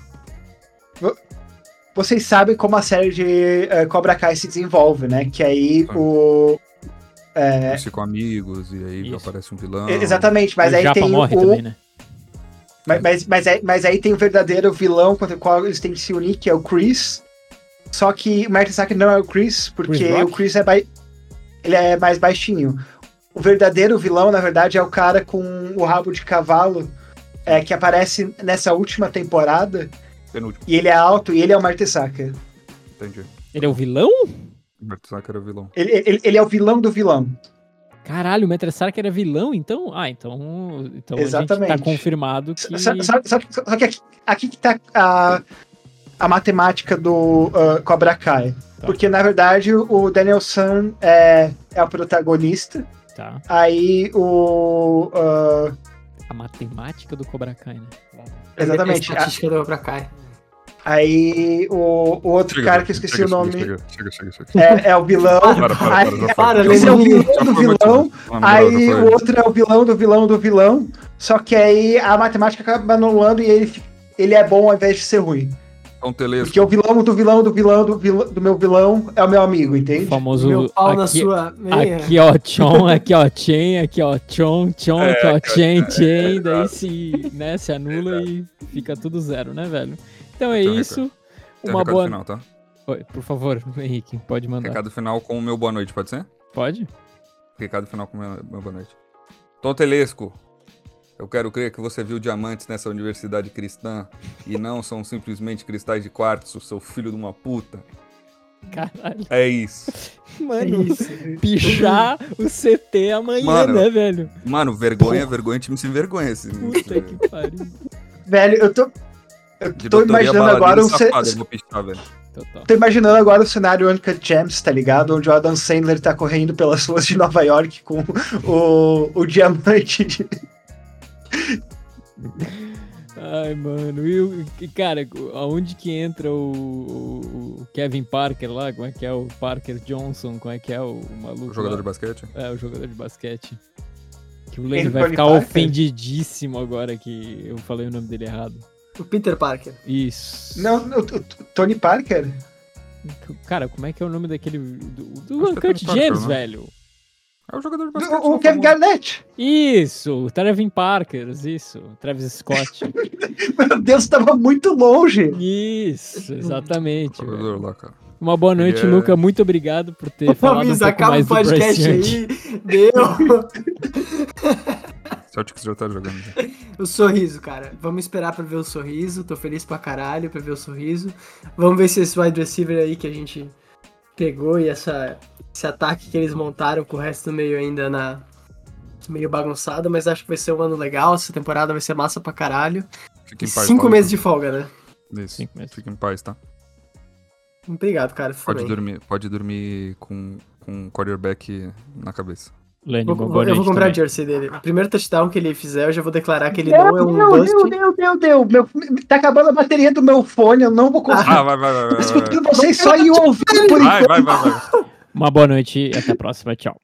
Vocês sabem como a série de eh, Cobra Kai se desenvolve, né? Que aí Sim. o. É, Eles ficam amigos e aí Isso. aparece um vilão. exatamente, mas o aí Japa tem morre o. também, né? Mas, mas, mas, aí, mas aí tem o verdadeiro vilão contra o qual eles têm que se unir, que é o Chris. Só que o Mertesacker não é o Chris, porque Chris Rock? o Chris é, bai- ele é mais baixinho. O verdadeiro vilão, na verdade, é o cara com o rabo de cavalo é, que aparece nessa última temporada. Penúltimo, E ele é alto e ele é o Mertesacker. entendi. Ele é o vilão? O Mertesacker era o vilão. Ele, ele, ele é o vilão do vilão. Caralho, o Matter Sacker é vilão, então? Ah, então, então a gente Exatamente. tá confirmado que... Só, só, só, que- só que aqui, aqui que tá a, a matemática do uh, Cobra Kai. Tá. Porque, na verdade, o Daniel San é, é o protagonista. Tá. Aí o. uh, A matemática do Cobra Kai, né? exatamente. A estatística do Cobra Kai. Aí o, o outro Chega, cara que eu esqueci chega, o nome Chega, chega, chega, chega. é, é o vilão. Para, para, Aí, para, já foi. para, Já esse foi. é o Lene. vilão Já do foi muito vilão. longe. Ah, melhor, Aí já o foi. outro é o vilão do vilão do vilão. Só que aí a matemática acaba anulando e ele, ele é bom ao invés de ser ruim. Tom Telesco. Porque o vilão do vilão do vilão do vilão do meu vilão é o meu amigo, entende? O famoso. Meu pau aqui, na sua meia. aqui, ó, Tchon, aqui, ó, Chen, aqui, ó, Tchon, Tchon, É, aqui, ó, cara, Chen, é, Chen, é, daí é, se, né, se anula e fica tudo zero, né, velho? Então é Então, isso. Tem Uma recado boa. final, tá? Oi, por favor, Henrique, pode mandar. Recado final com o meu boa noite, pode ser? Pode? Recado final com o meu, meu boa noite. Tom Telesco, eu quero crer que você viu diamantes nessa universidade cristã e não são simplesmente cristais de quartzo, seu filho de uma puta. Caralho. É isso. Mano, isso. pichar o C T amanhã, Mano, né, velho? Mano, vergonha, vergonha, time sem vergonha. Esse, Puta que pariu. Velho, eu tô. Eu tô Diretoria imaginando baladeira agora o. safada, ce- eu vou pichar, velho. Total. Tô imaginando agora o cenário Uncut Gems, tá ligado? Onde o Adam Sandler tá correndo pelas ruas de Nova York com o, o diamante. de- Ai, mano. E, o- e, cara, aonde que entra o, o- o Kevin Parker lá? Como é que é o Parker Johnson? Como é que é o, o maluco? O jogador lá? de basquete? É, o jogador de basquete. Que o Lenny vai Anthony ficar Parker? ofendidíssimo agora que eu falei o nome dele errado. O Peter Parker. Isso. Não, o, o Tony Parker? Cara, como é que é o nome daquele. Do, do Acho que é Uncut Tony Gems, Parker, né? velho? É o jogador de basquete. O, o não, Kevin famoso. Garnett. Isso, o Trevin Parker, isso. Travis Scott. Meu Deus, tava muito longe. Isso, exatamente. O velho. jogador lá, cara. Uma boa noite, Ele é- Luca. Muito obrigado por ter falado um Luiz, pouco acaba mais o do Bryce podcast Young. aí. Deu. Celtics já tá jogando. já. O sorriso, cara. Vamos esperar pra ver o sorriso. Tô feliz pra caralho pra ver o sorriso. Vamos ver se esse wide receiver aí que a gente pegou e essa, esse ataque que eles montaram com o resto do meio ainda na meio bagunçado, mas acho que vai ser um ano legal. Essa temporada vai ser massa pra caralho. Fica em E paz. cinco Paulo. meses de folga, né? Isso. Cinco meses. Fica em paz, tá? Obrigado, cara. Pode também. dormir, pode dormir com, com um quarterback na cabeça. Lenny, Vou- uma vou- boa eu noite vou comprar também. o jersey dele. O primeiro touchdown que ele fizer, eu já vou declarar que ele Deu, não é um deu, bust. deu, deu, deu, deu. Meu, tá acabando a bateria do meu fone, eu não vou conseguir. Ah, vai, vai, vai, vai. vai, vai. Escutando vocês só ir ouvindo por Vai, enquanto. vai, vai, vai. Uma boa noite e até a próxima. Tchau.